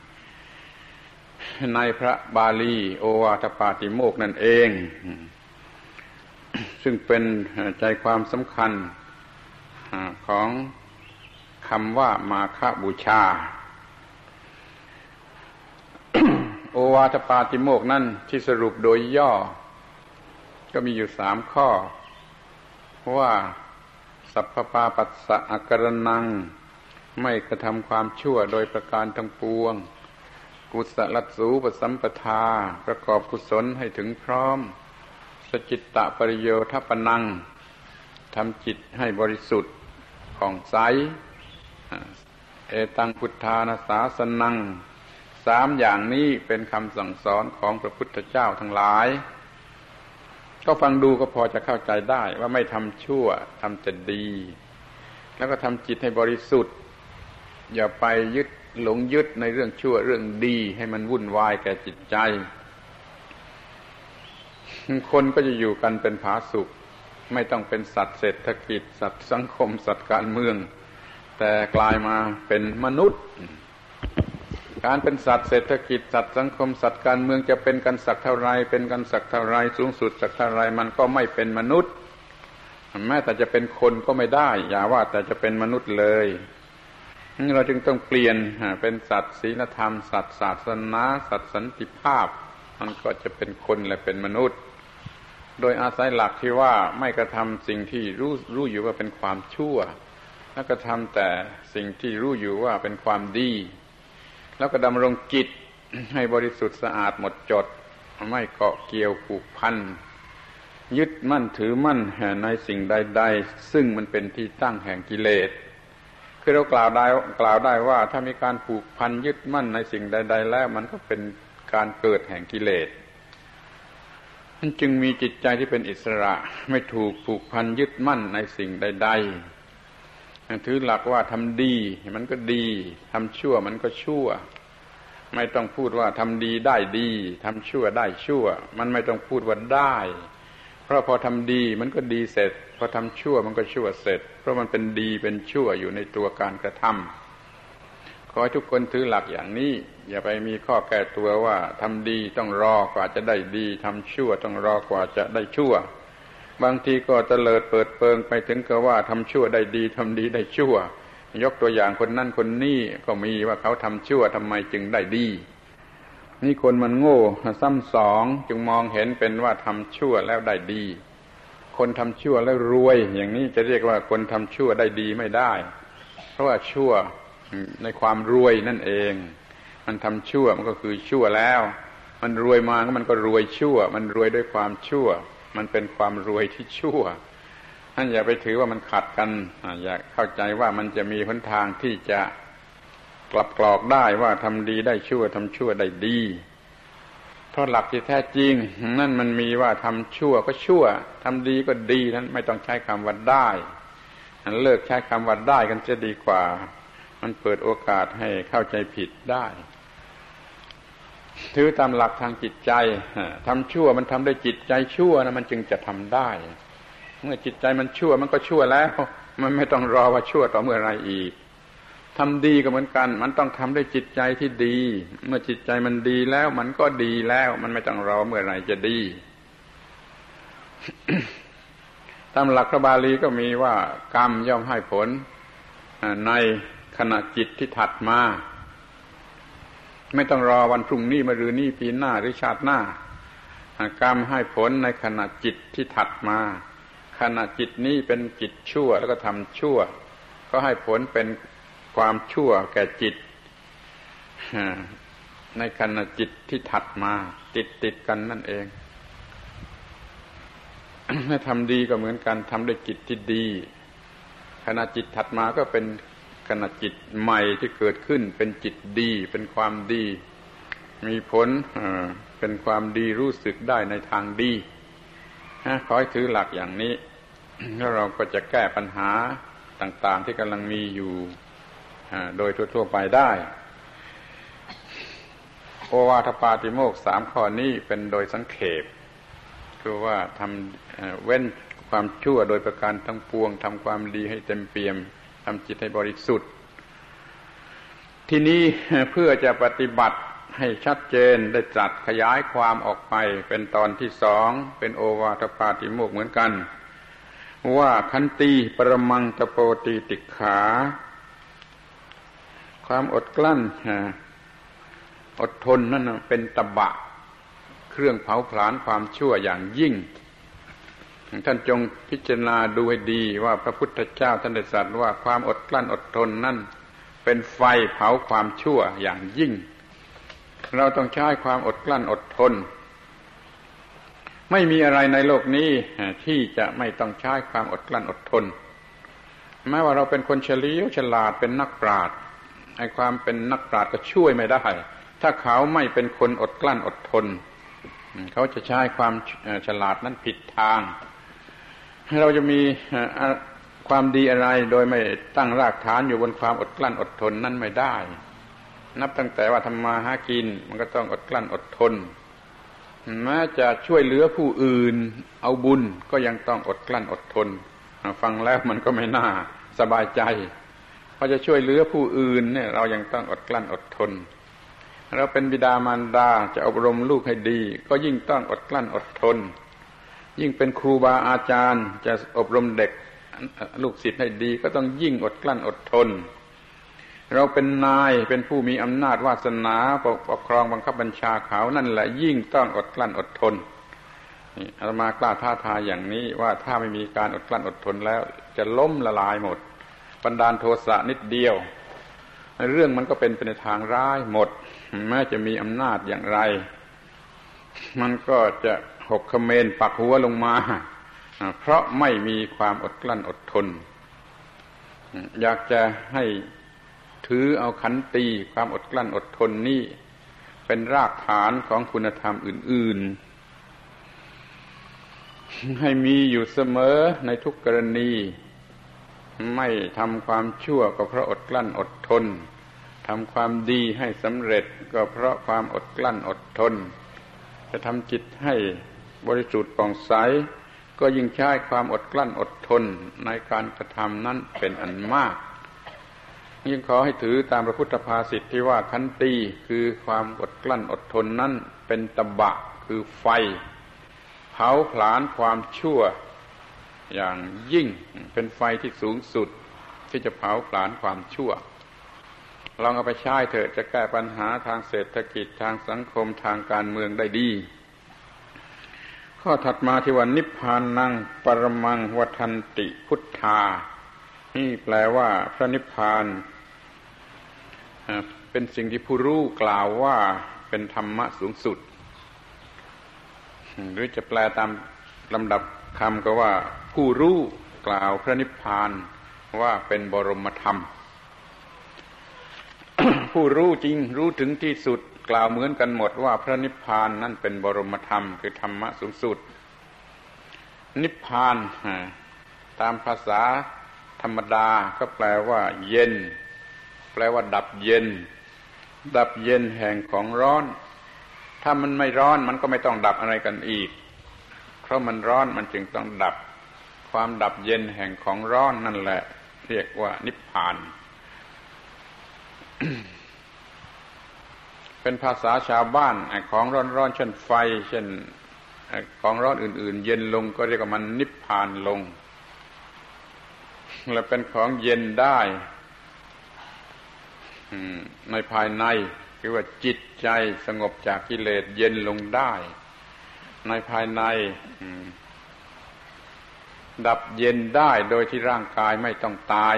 ในพระบาลีโอวาทปาติโมกข์นั่นเองซึ่งเป็นใจความสำคัญของคำว่ามาฆบูชา โอวาทปาติโมกข์นั่นที่สรุปโดยย่อก็มีอยู่สามข้อว่าสัพพปาปัสสะอาการนังไม่กระทำความชั่วโดยประการทั้งปวงกุศลสูปสัมปทาประกอบกุศลให้ถึงพร้อมสจิตตปริโยทัปนังทำจิตให้บริสุทธิ์ผ่องใสเอตังพุทธานาสาสนังสามอย่างนี้เป็นคำสั่งสอนของพระพุทธเจ้าทั้งหลายก็ฟังดูก็พอจะเข้าใจได้ว่าไม่ทำชั่วทำแต่ดีแล้วก็ทำจิตให้บริสุทธิ์อย่าไปยึดหลงยึดในเรื่องชั่วเรื่องดีให้มันวุ่นวายแก่จิตใจคนก็จะอยู่กันเป็นผาสุกไม่ต้องเป็นสัตว์เศรษฐกิจสัตว์สังคมสัตว์การเมืองแต่กลายมาเป็นมนุษย์การเป็นสัตว์เศรษฐกิจสัตว์สังคมสัตว์การเมืองจะเป็นกันสักเท่าไรเป็นกันสักเท่าไรสูงสุดสักเท่าไรมันก็ไม่เป็นมนุษย์แม้แต่จะเป็นคนก็ไม่ได้อย่าว่าแต่จะเป็นมนุษย์เลยเราจึงต้องเปลี่ยนเป็นสัตว์ศีลธรรมสัตว์ศาสนาสัตว์สันติภาพมันก็จะเป็นคนและเป็นมนุษย์โดยอาศัยหลักที่ว่าไม่กระทำสิ่งที่รู้รู้อยู่ว่าเป็นความชั่วแล้วก็ทำแต่สิ่งที่รู้อยู่ว่าเป็นความดีแล้วก็ดำรงจิตให้บริสุทธิ์สะอาดหมดจดไม่เกาะเกี่ยวผูกพันยึดมั่นถือมั่นในสิ่งใดๆซึ่งมันเป็นที่ตั้งแห่งกิเลสคือเรากล่าวได้กล่าวได้ว่าถ้ามีการผูกพันยึดมั่นในสิ่งใดๆแล้วมันก็เป็นการเกิดแห่งกิเลสมันจึงมีจิตใจที่เป็นอิสระไม่ถูกผูกพันยึดมั่นในสิ่งใดๆถือหลักว่าทำดีมันก็ดีทำชั่วมันก็ชั่วไม่ต้องพูดว่าทำดีได้ดีทำชั่วได้ชั่วมันไม่ต้องพูดว่าได้เพราะพอทำดีมันก็ดีเสร็จพอทำชั่วมันก็ชั่วเสร็จเพราะมันเป็นดีเป็นชั่วอยู่ในตัวการกระทำขอให้ทุกคนถือหลักอย่างนี้อย่าไปมีข้อแก้ตัวว่าทำดีต้องรอกว่าจะได้ดีทำชั่วต้องรอกว่าจะได้ชั่วบางทีก็เตลิดเปิดเปิงไปถึงกับว่าทำชั่วได้ดีทำดีได้ชั่วยกตัวอย่างคนนั้นคนนี้ก็มีว่าเขาทำชั่วทำไมจึงได้ดีนี่คนมันโง่ซ้ำสองจึงมองเห็นเป็นว่าทำชั่วแล้วได้ดีคนทำชั่วแล้วรวยอย่างนี้จะเรียกว่าคนทำชั่วได้ดีไม่ได้เพราะว่าชั่วในความรวยนั่นเองมันทำชั่วมันก็คือชั่วแล้วมันรวยมาก็มันก็รวยชั่วมันรวยด้วยความชั่วมันเป็นความรวยที่ชั่วท่านอย่าไปถือว่ามันขัดกันอย่าเข้าใจว่ามันจะมีหนทางที่จะกลับกรอกได้ว่าทำดีได้ชั่วทำชั่วได้ดีเพราะหลักที่แท้จริงนั่นมันมีว่าทำชั่วก็ชั่วทำดีก็ดีนั้นไม่ต้องใช้คำว่าได้เลิกใช้คำว่าได้กันจะดีกว่ามันเปิดโอกาสให้เข้าใจผิดได้ถือตามหลักทางจิตใจทำชั่วมันทำด้วยจิตใจชั่วนะมันจึงจะทำได้เมื่อจิตใจมันชั่วมันก็ชั่วแล้วมันไม่ต้องรอว่าชั่วต่อเมื่อไรอีกทำดีก็เหมือนกันมันต้องทำด้วยจิตใจที่ดีเมื่อจิตใจมันดีแล้วมันก็ดีแล้วมันไม่ต้องรอเมื่อไรจะดี ตามหลักพระบาลีก็มีว่ากรรมย่อมให้ผลในขณะจิตที่ถัดมาไม่ต้องรอวันพรุ่งนี้มะรืนนี้ปีหน้าหรือชาติหน้ากรรมให้ผลในขณะจิตที่ถัดมาขณะจิตนี้เป็นจิตชั่วแล้วก็ทำชั่วก็ให้ผลเป็นความชั่วแก่จิตในขณะจิตที่ถัดมาติดติดกันนั่นเองถ้าทำดีก็เหมือนกันทำด้วยจิตที่ดีขณะจิตถัดมาก็เป็นขณะจิตใหม่ที่เกิดขึ้นเป็นจิตดีเป็นความดีมีผลเป็นความดีรู้สึกได้ในทางดีขอให้ถือหลักอย่างนี้แล้วเราก็จะแก้ปัญหาต่างๆที่กำลังมีอยู่โดยทั่วๆไปได้โอวาทปาติโมกข์สามข้อนี้เป็นโดยสังเขปคือว่าทำเว้นความชั่วโดยประการทั้งปวงทำความดีให้เต็มเปี่ยมทำจิตให้บริสุทธิ์ที่นี้เพื่อจะปฏิบัติให้ชัดเจนได้ตรัสขยายความออกไปเป็นตอนที่สองเป็นโอวาทปาติโมกข์เหมือนกันว่าขันติปรมังตโปติติขาความอดกลั้นอดทนนั่นเป็นตบะเครื่องเผาผลาญความชั่วอย่างยิ่งท่านจงพิจารณาดูให้ดีว่าพระพุทธเจ้าท่านได้ตรัสว่าความอดกลั้นอดทนนั่นเป็นไฟเผาความชั่วอย่างยิ่งเราต้องใช้ความอดกลั้นอดทนไม่มีอะไรในโลกนี้ที่จะไม่ต้องใช้ความอดกลั้นอดทนแม้ว่าเราเป็นคนเฉลียวฉลาดเป็นนักปราชญ์ไอ้ความเป็นนักปราชญ์ก็ช่วยไม่ได้ถ้าเขาไม่เป็นคนอดกลั้นอดทนเขาจะใช้ความฉลาดนั้นผิดทางเราจะมีความดีอะไรโดยไม่ตั้งรากฐานอยู่บนความอดกลั้นอดทนนั้นไม่ได้นับตั้งแต่ว่าทำมาหากินมันก็ต้องอดกลั้นอดทนแม้จะช่วยเหลือผู้อื่นเอาบุญก็ยังต้องอดกลั้นอดทนฟังแล้วมันก็ไม่น่าสบายใจอจะช่วยเหลือผู้อื่นเนี่ยเรายังต้องอดกลั้นอดทนเราเป็นบิดามารดาจะอบรมลูกให้ดีก็ยิ่งต้องอดกลั้นอดทนยิ่งเป็นครูบาอาจารย์จะอบรมเด็กลูกศิษย์ให้ดีก็ต้องยิ่งอดกลั้นอดทนเราเป็นนายเป็นผู้มีอำนาจวาสนาปกครองบังคับบัญชาเขานั่นแหละยิ่งต้องอดกลั้นอดทนนี่อาตมากล้าท้าทายอย่างนี้ว่าถ้าไม่มีการอดกลั้นอดทนแล้วจะล้มละลายหมดบันดาลโทสะนิดเดียวเรื่องมันก็เป็นไปในทางร้ายหมดแม้จะมีอำนาจอย่างไรมันก็จะหกเขมรปักหัวลงมาเพราะไม่มีความอดกลั้นอดทนอยากจะให้ถือเอาขันติความอดกลั้นอดทนนี่เป็นรากฐานของคุณธรรมอื่นๆให้มีอยู่เสมอในทุกกรณีไม่ทำความชั่วก็เพราะอดกลั้นอดทนทำความดีให้สำเร็จก็เพราะความอดกลั้นอดทนจะทำจิตให้บริสุทธิ์ผ่องใสก็ยิ่งใช้ความอดกลั้นอดทนในการกระทำนั้นเป็นอันมากยิ่งขอให้ถือตามพระพุทธภาษิตที่ว่าขันติคือความอดกลั้นอดทนนั้นเป็นตบะคือไฟเผาผลาญความชั่วอย่างยิ่งเป็นไฟที่สูงสุดที่จะเผาผลาญความชั่วลองเอาไปใช้เถิดจะแก้ปัญหาทางเศรษฐกิจทางสังคมทางการเมืองได้ดีข้อถัดมาที่ว่านิพพานังปรมังวัฏันติพุทธานี่แปลว่าพระนิพพานเป็นสิ่งที่ผู้รู้กล่าวว่าเป็นธรรมะสูงสุดหรือจะแปลตามลำดับคำก็ว่าผู้รู้กล่าวพระนิพพานว่าเป็นบรมธรรม ผู้รู้จริงรู้ถึงที่สุดกล่าวเหมือนกันหมดว่าพระนิพพานนั่นเป็นบรมธรรมคือธรรมะสูงสุดนิพพานตามภาษาธรรมดาก็แปลว่าเย็นแปลว่าดับเย็นดับเย็นแห่งของร้อนถ้ามันไม่ร้อนมันก็ไม่ต้องดับอะไรกันอีกเพราะมันร้อนมันจึงต้องดับความดับเย็นแห่งของร้อนนั่นแหละเรียกว่านิพพาน เป็นภาษาชาวบ้านของร้อนๆเช่นไฟเช่นของร้อนอื่นๆเย็นลงก็เรียกว่ามันนิพพานลงและเป็นของเย็นได้ในภายในคือว่าจิตใจสงบจากกิเลสเย็นลงได้ในภายในดับเย็นได้โดยที่ร่างกายไม่ต้องตาย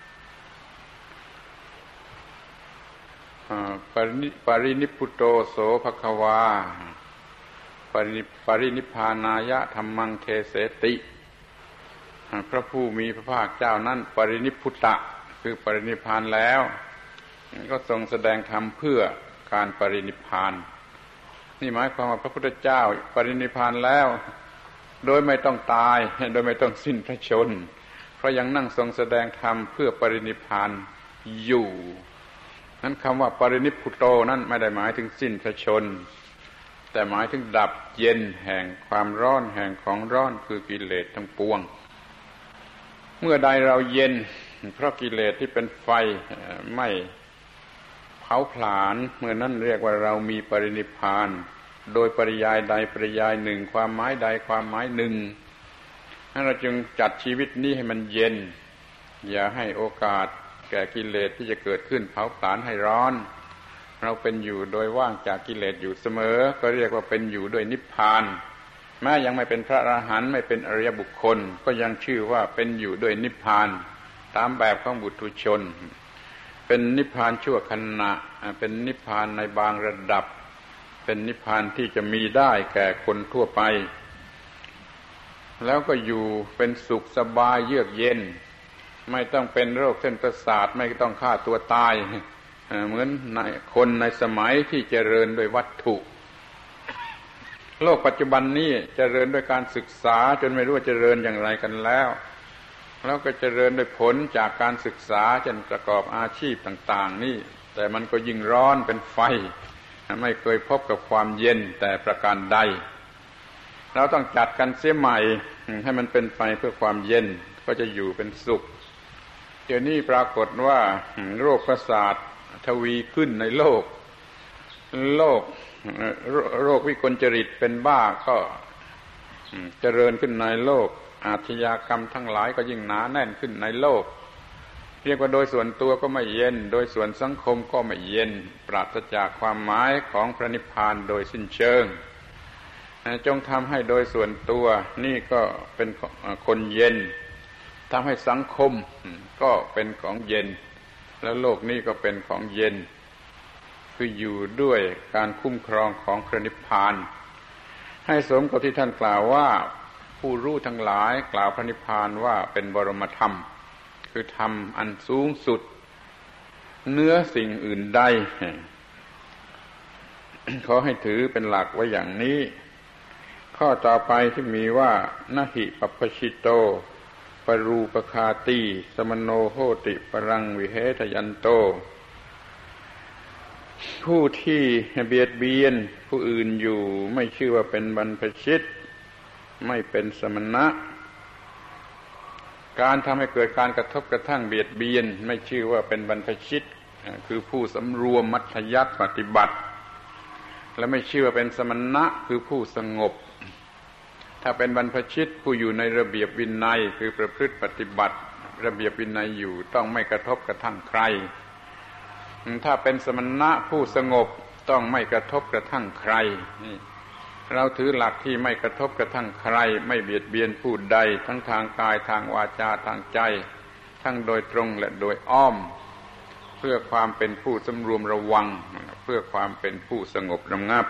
ปรินิพพุโตโสภควาปริปรินิพพานายะธัมมังเทเสติพระผู้มีพระภาคเจ้านั้นปรินิพพุตะคือปรินิพพานแล้วก็ทรงแสดงธรรมเพื่อการปรินิพพานนี่หมายความว่าพระพุทธเจ้าปรินิพพานแล้วโดยไม่ต้องตายโดยไม่ต้องสิ้นพระชนม์เพราะยังนั่งทรงแสดงธรรมเพื่อปรินิพพานอยู่นั้นคำว่าปรินิพพุโตนั้นไม่ได้หมายถึงสิ้นพระชนม์แต่หมายถึงดับเย็นแห่งความร้อนแห่งของร้อนคือกิเลสทั้งปวงเมื่อใดเราเย็นเพราะกิเลสที่เป็นไฟไม่เผาผลาญเมื่อนั้นเรียกว่าเรามีปรินิพพานโดยปริยายใดปริยายหนึ่งความหมายใดความหมายหนึ่งเราจึงจัดชีวิตนี้ให้มันเย็นอย่าให้โอกาสแก่กิเลสที่จะเกิดขึ้นเผาผลาญให้ร้อนเราเป็นอยู่โดยว่างจากกิเลสอยู่เสมอก็เรียกว่าเป็นอยู่ด้วยนิพพานแม้ยังไม่เป็นพระอรหันต์ไม่เป็นอริยบุคคลก็ยังชื่อว่าเป็นอยู่ด้วยนิพพานตามแบบของบุถุชนเป็นนิพพานชั่วขณะเป็นนิพพานในบางระดับเป็นนิพพานที่จะมีได้แก่คนทั่วไปแล้วก็อยู่เป็นสุขสบายเยือกเย็นไม่ต้องเป็นโรคเส้นประสาทไม่ต้องฆ่าตัวตายเหมือนในคนในสมัยที่เจริญโดยวัตถุโลกปัจจุบันนี้เจริญด้วยการศึกษาจนไม่รู้ว่าเจริญอย่างไรกันแล้วแล้วก็เจริญด้วยผลจากการศึกษาจนประกอบอาชีพต่างๆนี่แต่มันก็ยิ่งร้อนเป็นไฟไม่เคยพบกับความเย็นแต่ประการใดเราต้องจัดกันเสียใหม่ให้มันเป็นไฟเพื่อความเย็นก็จะอยู่เป็นสุขเดี๋ยวนี้ปรากฏว่าโรคประสาททวีขึ้นในโลกโรคโรควิกลจริตเป็นบ้าก็เจริญขึ้นในโลกอาชญากรรมทั้งหลายก็ยิ่งหนาแน่นขึ้นในโลกเรียกว่าโดยส่วนตัวก็ไม่เย็นโดยส่วนสังคมก็ไม่เย็นปราศจากความหมายของพระนิพพานโดยสิ้นเชิงจงทำให้โดยส่วนตัวนี่ก็เป็นคนเย็นทำให้สังคมก็เป็นของเย็นแล้วโลกนี้ก็เป็นของเย็นคืออยู่ด้วยการคุ้มครองของพระนิพพานให้สมกับที่ท่านกล่าวว่าผู้รู้ทั้งหลายกล่าวพระนิพพานว่าเป็นบรมธรรมคือธรรมอันสูงสุดเหนือสิ่งอื่นใด ขอให้ถือเป็นหลักไว้อย่างนี้ข้อต่อไปที่มีว่านะหิปัปปชิโตปรูปคาติสมโนโหติปรังวิเหทยันโตผู้ที่เบียดเบียนผู้อื่นอยู่ไม่ชื่อว่าเป็นบรรพชิตไม่เป็นสมณะการทำให้เกิดการกระทบกระทั่งเบียดเบียนไม่ชื่อว่าเป็นบรรพชิตคือผู้สำรวมมัธยัสถ์ปฏิบัติและไม่ชื่อว่าเป็นสมณะคือผู้สงบถ้าเป็นบรรพชิตผู้อยู่ในระเบียบวินัยคือประพฤติปฏิบัติระเบียบวินัยอยู่ต้องไม่กระทบกระทั่งใครถ้าเป็นสมณะผู้สงบต้องไม่กระทบกระทั่งใครนี่เราถือหลักที่ไม่กระทบกระทั่งใครไม่เบียดเบียนผู้ใดทั้งทางกายทางวาจาทางใจทั้งโดยตรงและโดยอ้อมเพื่อความเป็นผู้สำรวมระวังเพื่อความเป็นผู้สงบระงับ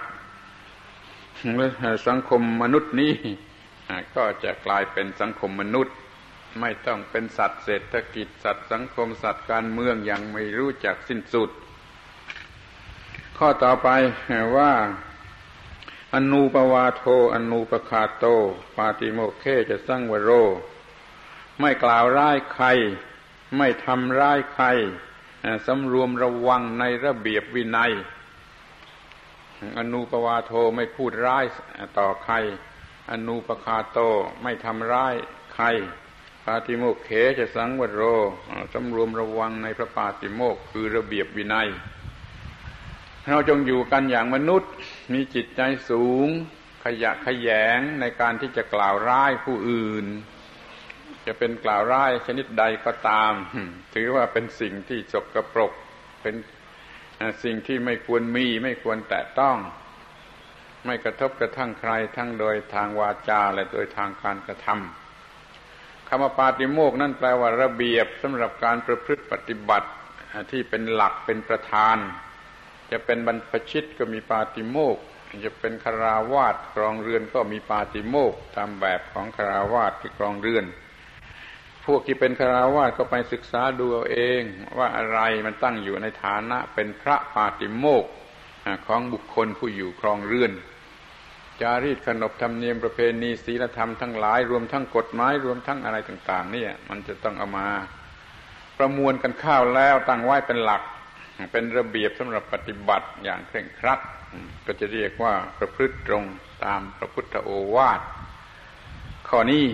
สังคมมนุษย์นี้ก็จะกลายเป็นสังคมมนุษย์ไม่ต้องเป็นสัตว์เศรษฐกิจสัตว์สังคมสัตว์การเมืองยังไม่รู้จักสิ้นสุดข้อต่อไปว่าอนูปวาโทอนูปคาโตปาติโมกเขจะสังวโรไม่กล่าวร้ายใครไม่ทำร้ายใครสำรวมระวังในระเบียบวินัยอนูปวาโทไม่พูดร้ายต่อใครอนูปคาโตไม่ทำร้ายใครปาติโมกเขจะสังวโรสำรวมระวังในพระปาติโมกข์คือระเบียบวินัยเราจงอยู่กันอย่างมนุษย์มีจิตใจสูงขยะแขยงในการที่จะกล่าวร้ายผู้อื่นจะเป็นกล่าวร้ายชนิดใดก็ตามถือว่าเป็นสิ่งที่สกปรกเป็นสิ่งที่ไม่ควรมีไม่ควรแตะต้องไม่กระทบกระทั่งใครทั้งโดยทางวาจาและโดยทางการกระทำคำว่าปาติโมกข์นั่นแปลว่าระเบียบสำหรับการประพฤติปฏิบัติที่เป็นหลักเป็นประธานจะเป็นบรรพชิตก็มีปาติโมกข์จะเป็นคฤหัสถ์ครองเรือนก็มีปาติโมกข์ตามแบบของคฤหัสถ์ที่ครองเรือนพวกที่เป็นคฤหัสถ์ก็ไปศึกษาดูเอาเองว่าอะไรมันตั้งอยู่ในฐานะเป็นพระปาติโมกข์ของบุคคลผู้อยู่ครองเรือนจารีตขนบธรรมเนียมประเพณีศีลธรรมทั้งหลายรวมทั้งกฎหมายรวมทั้งอะไรต่างๆเนี่ยมันจะต้องเอามาประมวลกันเข้าแล้วตั้งไว้เป็นหลักเป็นระเบียบสำหรับปฏิบัติอย่างเคร่งครัดก็จะเรียกว่าประพฤติตรงตามพระพุทธโอวาทข้อนี้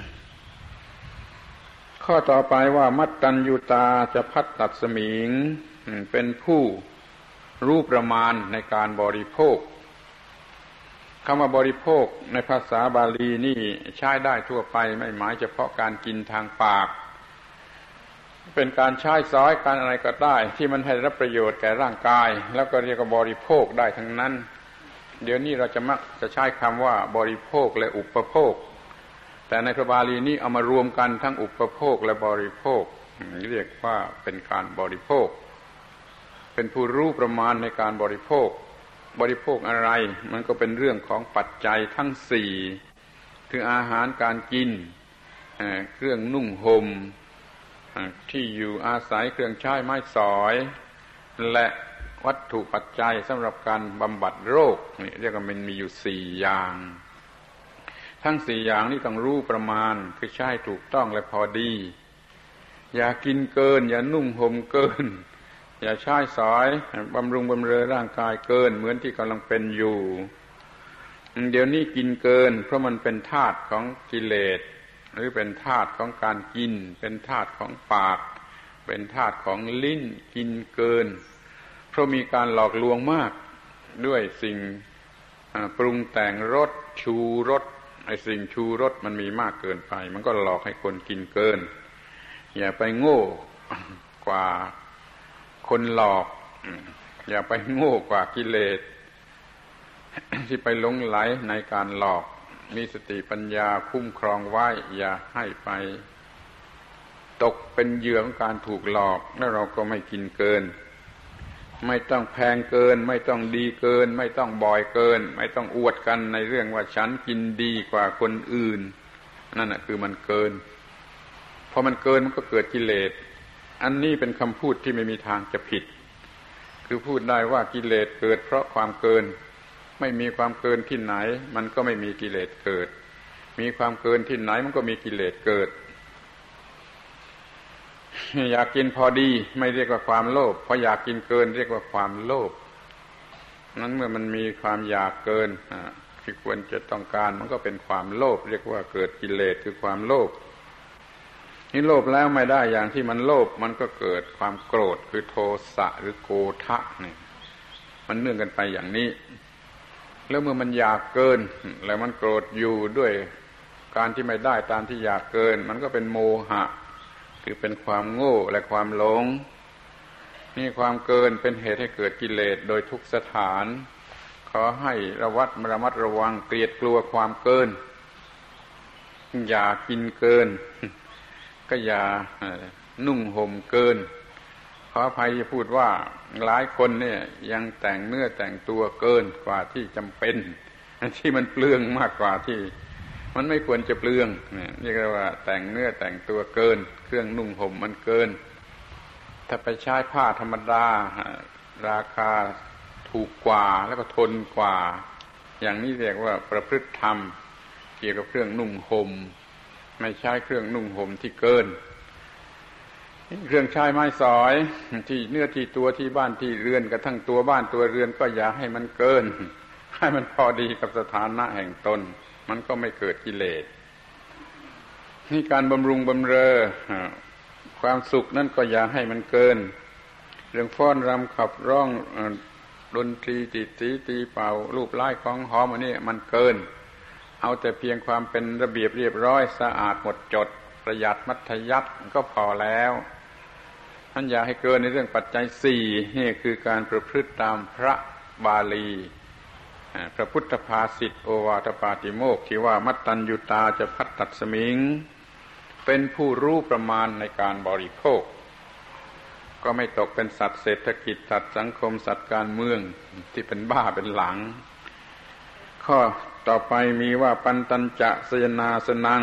ข้อต่อไปว่ามัตตัญญูตาจะพัดตัดสมิงเป็นผู้รู้ประมาณในการบริโภคคำว่าบริโภคในภาษาบาลีนี่ใช้ได้ทั่วไปไม่หมายเฉพาะการกินทางปากเป็นการใช้สอยการอะไรก็ได้ที่มันให้รับประโยชน์แก่ร่างกายแล้วก็เรียกว่าบริโภคได้ทั้งนั้นเดี๋ยวนี้เราจะมักจะใช้คำว่าบริโภคและอุปโภคแต่ในพระบาลีนี้เอามารวมกันทั้งอุปโภคและบริโภคเรียกว่าเป็นการบริโภคเป็นผู้รู้ประมาณในการบริโภคบริโภคอะไรมันก็เป็นเรื่องของปัจจัยทั้งสี่คืออาหารการกินเครื่องนุ่งห่มที่อยู่อาศัยเครื่องใช้ไม้สอยและวัตถุปัจจัยสำหรับการบำบัดโรคนี่เรียกว่ามันมีอยู่สี่อย่างทั้งสี่อย่างนี้ต้องรู้ประมาณคือใช้ถูกต้องและพอดีอย่ากินเกินอย่านุ่งห่มเกินอย่าใช้สอยบำรุงบำเรอร่างกายเกินเหมือนที่กำลังเป็นอยู่เดี๋ยวนี้กินเกินเพราะมันเป็นธาตุของกิเลสหรือเป็นธาตุของการกินเป็นธาตุของปากเป็นทาสของลิ้นกินเกินเพราะมีการหลอกลวงมากด้วยสิ่งปรุงแต่งรสชูรสไอ้สิ่งชูรสมันมีมากเกินไปมันก็หลอกให้คนกินเกินอย่าไปโง่กว่าคนหลอกอย่าไปโง่กว่ากิเลสที่ไปหลงไหลในการหลอกมีสติปัญญาคุ้มครองไว้อย่าให้ไปตกเป็นเหยื่อของการถูกหลอกแล้วเราก็ไม่กินเกินไม่ต้องแพงเกินไม่ต้องดีเกินไม่ต้องบ่อยเกินไม่ต้องอวดกันในเรื่องว่าฉันกินดีกว่าคนอื่นนั่นน่ะคือมันเกินพอมันเกินมันก็เกิดกิเลสอันนี้เป็นคำพูดที่ไม่มีทางจะผิดคือพูดได้ว่ากิเลสเกิดเพราะความเกินไม่มีความเกินที่ไหนมันก็ไม่มีกิเลสเกิดมีความเกินที่ไหนมันก็มีกิเลสเกิดอยากกินพอดีไม่เรียกว่าความโลภเพราะอยากกินเกินเรียกว่าความโลภนั้นเมื่อมันมีความอยากเกินที่ควรจะต้องการมันก็เป็นความโลภเรียกว่าเกิดกิเลสคือความโลภนี่โลภแล้วไม่ได้อย่างที่มันโลภมันก็เกิดความโกรธคือโทสะหรือโกฏะนี่มันเนื่องกันไปอย่างนี้แล้วเมื่อมันอยากเกินแล้วมันโกรธอยู่ด้วยการที่ไม่ได้ตามที่อยากเกินมันก็เป็นโมหะคือเป็นความโง่และความหลงนี่ความเกินเป็นเหตุให้เกิดกิเลสโดยทุกสถานขอให้ระวัดระมัดระวังเกลียดกลัวความเกินอย่ากินเกินก็อย่านุ่งห่มเกินขออภัยที่พูดว่าหลายคนเนี่ยยังแต่งเนื้อแต่งตัวเกินกว่าที่จำเป็นที่มันเปลืองมากกว่าที่มันไม่ควรจะเปลืองนี่เรียกว่าแต่งเนื้อแต่งตัวเกินเครื่องนุ่งห่มมันเกินถ้าไปใช้ผ้าธรรมดาราคาถูกกว่าแล้วก็ทนกว่าอย่างนี้เรียกว่าประพฤติธรรมเกี่ยวกับเครื่องนุ่งห่มไม่ใช้เครื่องนุ่งห่มที่เกินเครื่องใช้ไม้สอยที่เนื้อที่ตัวที่บ้านที่เรือนกระทั่งตัวบ้านตัวเรือนก็อย่าให้มันเกินให้มันพอดีกับสถานะแห่งตนมันก็ไม่เกิดกิเลสนี่การบำรุงบำเรอความสุขนั่นก็อย่าให้มันเกินเรื่องฟ้อนรำขับร้องดนตรีตีตีตีเป่ารูปไล้ของหอมอันนี้มันเกินเอาแต่เพียงความเป็นระเบียบเรียบร้อยสะอาดหมดจดประหยัดมัธยัสถ์ก็พอแล้วท่านอย่าให้เกินในเรื่องปัจจัยสี่นี่คือการประพฤติตามพระบาลีพระพุทธภาษิตโอวาทปาติโมกข์ที่ว่ามัตตัญญูตาจะพัตตัสมิงเป็นผู้รู้ประมาณในการบริโภคก็ไม่ตกเป็นสัตว์เศรษฐกิจสัตว์สังคมสัตว์การเมืองที่เป็นบ้าเป็นหลังข้อต่อไปมีว่าปันตัญจะสยนาสนัง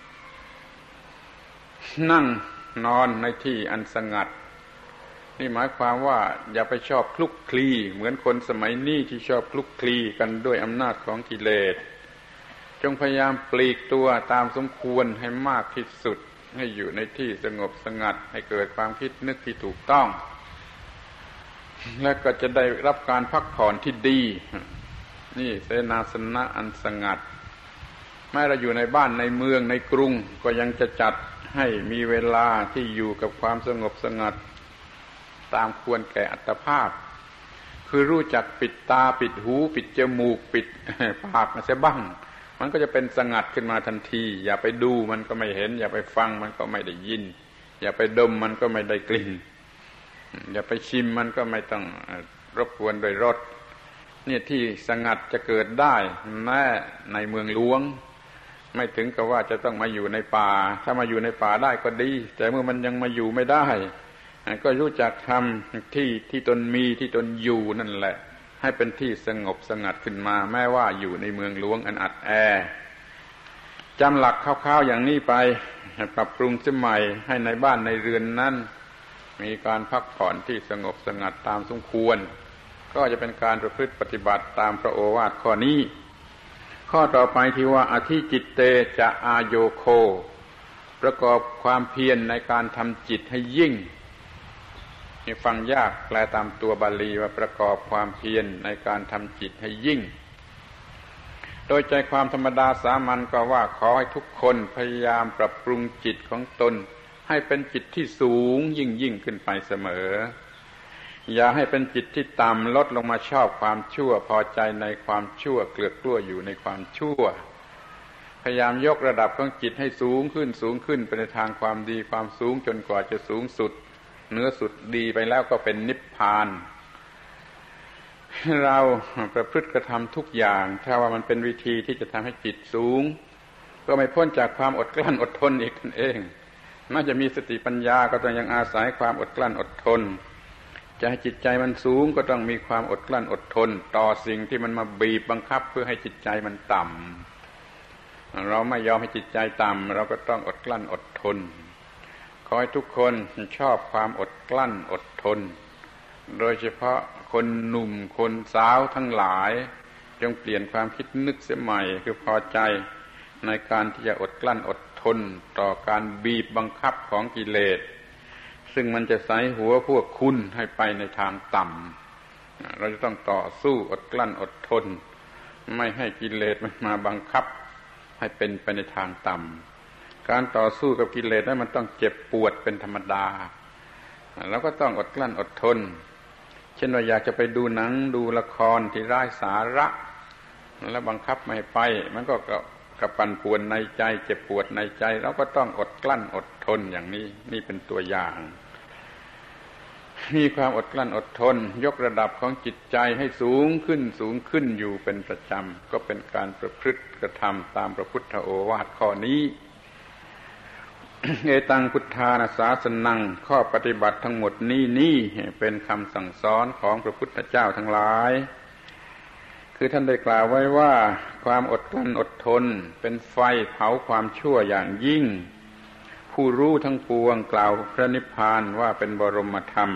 นั่งนอนในที่อันสงัดนี่หมายความว่าอย่าไปชอบคลุกคลีเหมือนคนสมัยนี้ที่ชอบคลุกคลีกันด้วยอำนาจของกิเลสจงพยายามปลีกตัวตามสมควรให้มากที่สุดให้อยู่ในที่สงบสงัดให้เกิดความคิดนึกที่ถูกต้องและก็จะได้รับการพักผ่อนที่ดีนี่เสนาสนะอันสงัดแม้เราอยู่ในบ้านในเมืองในกรุงก็ยังจะจัดให้มีเวลาที่อยู่กับความสงบสงัดตามควรแก่อัตภาพคือรู้จักปิดตาปิดหูปิดจมูกปิดปากมาเสียบ้างมันก็จะเป็นสงัดขึ้นมาทันทีอย่าไปดูมันก็ไม่เห็นอย่าไปฟังมันก็ไม่ได้ยินอย่าไปดมมันก็ไม่ได้กลิ่นอย่าไปชิมมันก็ไม่ต้องรบกวนโดยรสเนี่ยที่สงัดจะเกิดได้แม้ในเมืองหลวงไม่ถึงกับว่าจะต้องมาอยู่ในป่าถ้ามาอยู่ในป่าได้ก็ดีแต่เมื่อมันยังมาอยู่ไม่ได้ก็รู้จักทำที่ที่ตนมีที่ตนอยู่นั่นแหละให้เป็นที่สงบสงัดขึ้นมาแม้ว่าอยู่ในเมืองหลวงอันอัดแอจำหลักคร่าวๆอย่างนี้ไปปรับปรุงสมัยให้ในบ้านในเรือนนั้นมีการพักผ่อนที่สงบสงัดตามสมควรก็จะเป็นการประพฤติปฏิบัติตามพระโอวาทข้อนี้ข้อต่อไปที่ว่าอธิจิตเตจะอาโยโคประกอบความเพียรในการทำจิตให้ยิ่งนี่ฟังยากแปลตามตัวบาลีว่าประกอบความเพียรในการทำจิตให้ยิ่งโดยใจความธรรมดาสามัญก็ว่าขอให้ทุกคนพยายามปรับปรุงจิตของตนให้เป็นจิตที่สูงยิ่งยิ่งขึ้นไปเสมออย่าให้เป็นจิตที่ต่ำลดลงมาชอบความชั่วพอใจในความชั่วเกลือกกลั้วอยู่ในความชั่วพยายามยกระดับของจิตให้สูงขึ้นสูงขึ้นไปในทางความดีความสูงจนกว่าจะสูงสุดเหนือสุดดีไปแล้วก็เป็นนิพพานเราประพฤติกระทำทุกอย่างถ้าว่ามันเป็นวิธีที่จะทำให้จิตสูงก็ไม่พ้นจากความอดกลั้นอดทนอีกนั่นเองน่าจะมีสติปัญญาก็ต้องยังอาศัยความอดกลั้นอดทนจะให้จิตใจมันสูงก็ต้องมีความอดกลั้นอดทนต่อสิ่งที่มันมาบีบบังคับเพื่อให้จิตใจมันต่ำเราไม่ยอมให้จิตใจต่ำเราก็ต้องอดกลั้นอดทนขอให้ทุกคนชอบความอดกลั้นอดทนโดยเฉพาะคนหนุ่มคนสาวทั้งหลายจงเปลี่ยนความคิดนึกเสียใหม่คือพอใจในการที่จะอดกลั้นอดทนต่อการบีบบังคับของกิเลสซึ่งมันจะใส่หัวพวกคุณให้ไปในทางต่ำเราจะต้องต่อสู้อดกลั้นอดทนไม่ให้กิเลสมันมาบังคับให้เป็นไปในทางต่ำการต่อสู้กับกิเลสนั้นมันต้องเจ็บปวดเป็นธรรมดาเราก็ต้องอดกลั้นอดทนเช่นว่าอยากจะไปดูหนังดูละครที่ไร้สาระแล้วบังคับไม่ไปมันก็กระปั่นป่วนในใจเจ็บปวดในใจเราก็ต้องอดกลั้นอดทนอย่างนี้นี่เป็นตัวอย่างมีความอดกลั้นอดทนยกระดับของจิตใจให้สูงขึ้นสูงขึ้นอยู่เป็นประจำก็เป็นการประพฤติกระทำตามพระพุทธโอวาทข้อนี้เอตังพุทธานาสาสนังข้อปฏิบัติทั้งหมดนี้นี่เป็นคำสั่งสอนของพระพุทธเจ้าทั้งหลายคือท่านได้กล่าวไว้ว่าความอดกลั้นอดทนเป็นไฟเผาความชั่วอย่างยิ่งผู้รู้ทั้งปวงกล่าวพระนิพพานว่าเป็นบรมธรรม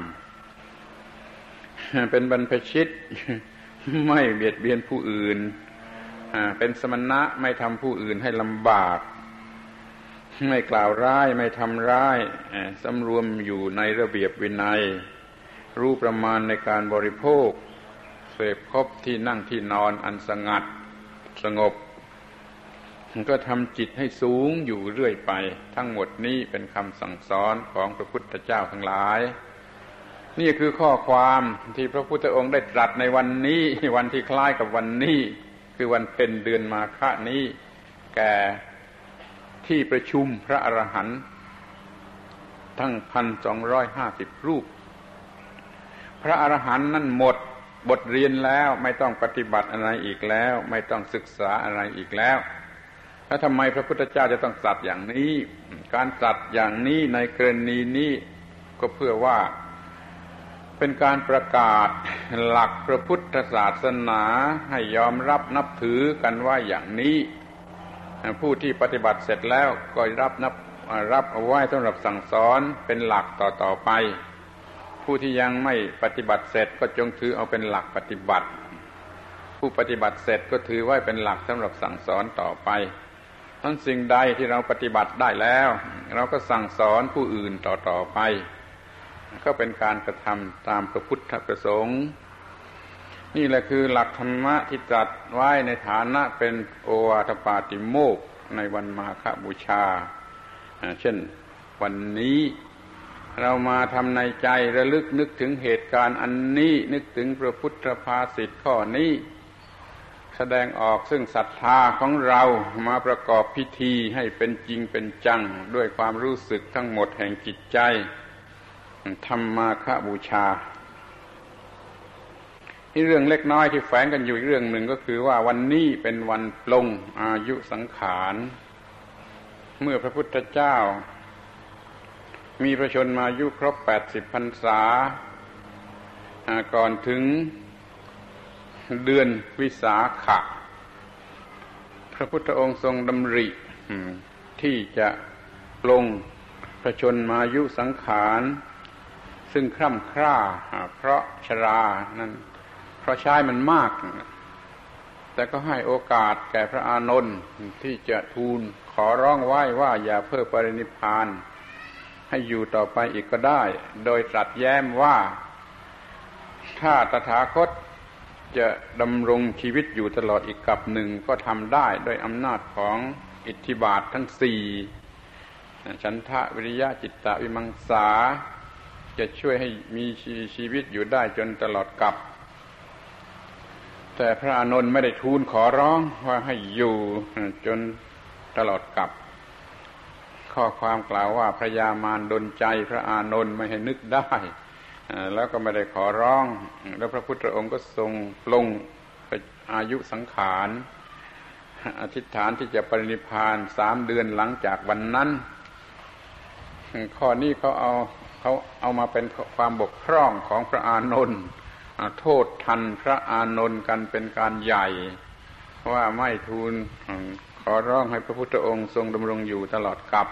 เป็นบรรพชิตไม่เบียดเบียนผู้อื่นเป็นสมณะไม่ทำผู้อื่นให้ลำบากไม่กล่าวร้ายไม่ทำร้ายสำรวมอยู่ในระเบียบวินัยรู้ประมาณในการบริโภคเสพคบที่นั่งที่นอนอันสงัดสงบก็ทำจิตให้สูงอยู่เรื่อยไปทั้งหมดนี้เป็นคำสั่งสอนของพระพุทธเจ้าทั้งหลายนี่คือข้อความที่พระพุทธองค์ได้ตรัสในวันนี้วันที่คล้ายกับวันนี้คือวันเพ็ญเดือนมาฆะนี้แก่ที่ประชุมพระอรหันต์ทั้ง หนึ่งพันสองร้อยห้าสิบ รูปพระอรหันต์นั้นหมดบทเรียนแล้วไม่ต้องปฏิบัติอะไรอีกแล้วไม่ต้องศึกษาอะไรอีกแล้วแล้วทำไมพระพุทธเจ้าจะต้องตรัสอย่างนี้การตรัสอย่างนี้ในกรณีนี้ก็เพื่อว่าเป็นการประกาศหลักพระพุทธศาสนาให้ยอมรับนับถือกันว่าอย่างนี้ผู้ที่ปฏิบัติเสร็จแล้วก็รับนับรับเอาไว้สำหรับสั่งสอนเป็นหลักต่อๆไปผู้ที่ยังไม่ปฏิบัติเสร็จก็จงถือเอาเป็นหลักปฏิบัติผู้ปฏิบัติเสร็จก็ถือไว้เป็นหลักสำหรับสั่งสอนต่อไปทั้งสิ่งใดที่เราปฏิบัติได้แล้วเราก็สั่งสอนผู้อื่นต่อๆไปก็เป็นการกระทำตามพระพุทธประสงค์นี่แหละคือหลักธรรมะที่ตรัสไว้ในฐานะเป็นโอวาทปาติโมกข์ในวันมาฆบูชาเช่นวันนี้เรามาทำในใจระลึกนึกถึงเหตุการณ์อันนี้นึกถึงพระพุทธภาษิตข้อนี้แสดงออกซึ่งศรัทธาของเรามาประกอบพิธีให้เป็นจริงเป็นจังด้วยความรู้สึกทั้งหมดแห่งจิตใจทำมาฆบูชาที่เรื่องเล็กน้อยที่แฝงกันอยู่อีกเรื่องหนึ่งก็คือว่าวันนี้เป็นวันปลงอายุสังขารเมื่อพระพุทธเจ้ามีพระชนมายุครบแปดสิบพรรษาก่อนถึงเดือนวิสาขะพระพุทธองค์ทรงดำริที่จะปลงพระชนมายุสังขารซึ่งคร่ำคร่าเพราะชรานั้นเพราะใช้มันมากแต่ก็ให้โอกาสแก่พระอานนท์ที่จะทูลขอร้องไว้ว่าอย่าเพ้อปรินิพพานให้อยู่ต่อไปอีกก็ได้โดยตรัสแย้มว่าถ้าตถาคตจะดำรงชีวิตอยู่ตลอดอีกกับหนึ่งก็ทำได้ด้วยอำนาจของอิทธิบาททั้งสี่ฉันทะวิริยะจิตตวิมังสาจะช่วยให้มีชีวิตอยู่ได้จนตลอดกาลแต่พระอานนท์ไม่ได้ทูลขอร้องว่าให้อยู่จนตลอดกาลข้อความกล่าวว่าพระยามารดลใจพระอานนท์ไม่ให้นึกได้แล้วก็ไม่ได้ขอร้องแล้วพระพุทธองค์ก็ทรงปลงอายุสังขารอธิษฐานที่จะปรินิพพานสามเดือนหลังจากวันนั้นข้อนี้เขาเอาเขาเอามาเป็นความบกพร่องของพระอานนท์โทษทันพระอานนท์กันเป็นการใหญ่ว่าไม่ทูลขอร้องให้พระพุทธองค์ทรงดำรงอยู่ตลอดกาล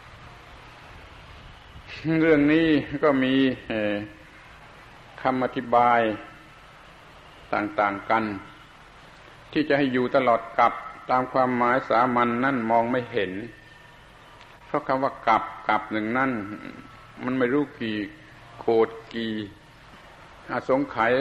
เรื่องนี้ก็มีคำอธิบายต่างๆกันที่จะให้อยู่ตลอดกาลตามความหมายสามัญ น, นั่นมองไม่เห็นเพราะคำว่ากับกับหนึ่งนั่นมันไม่รู้กี่โกฏกี่อสงไขย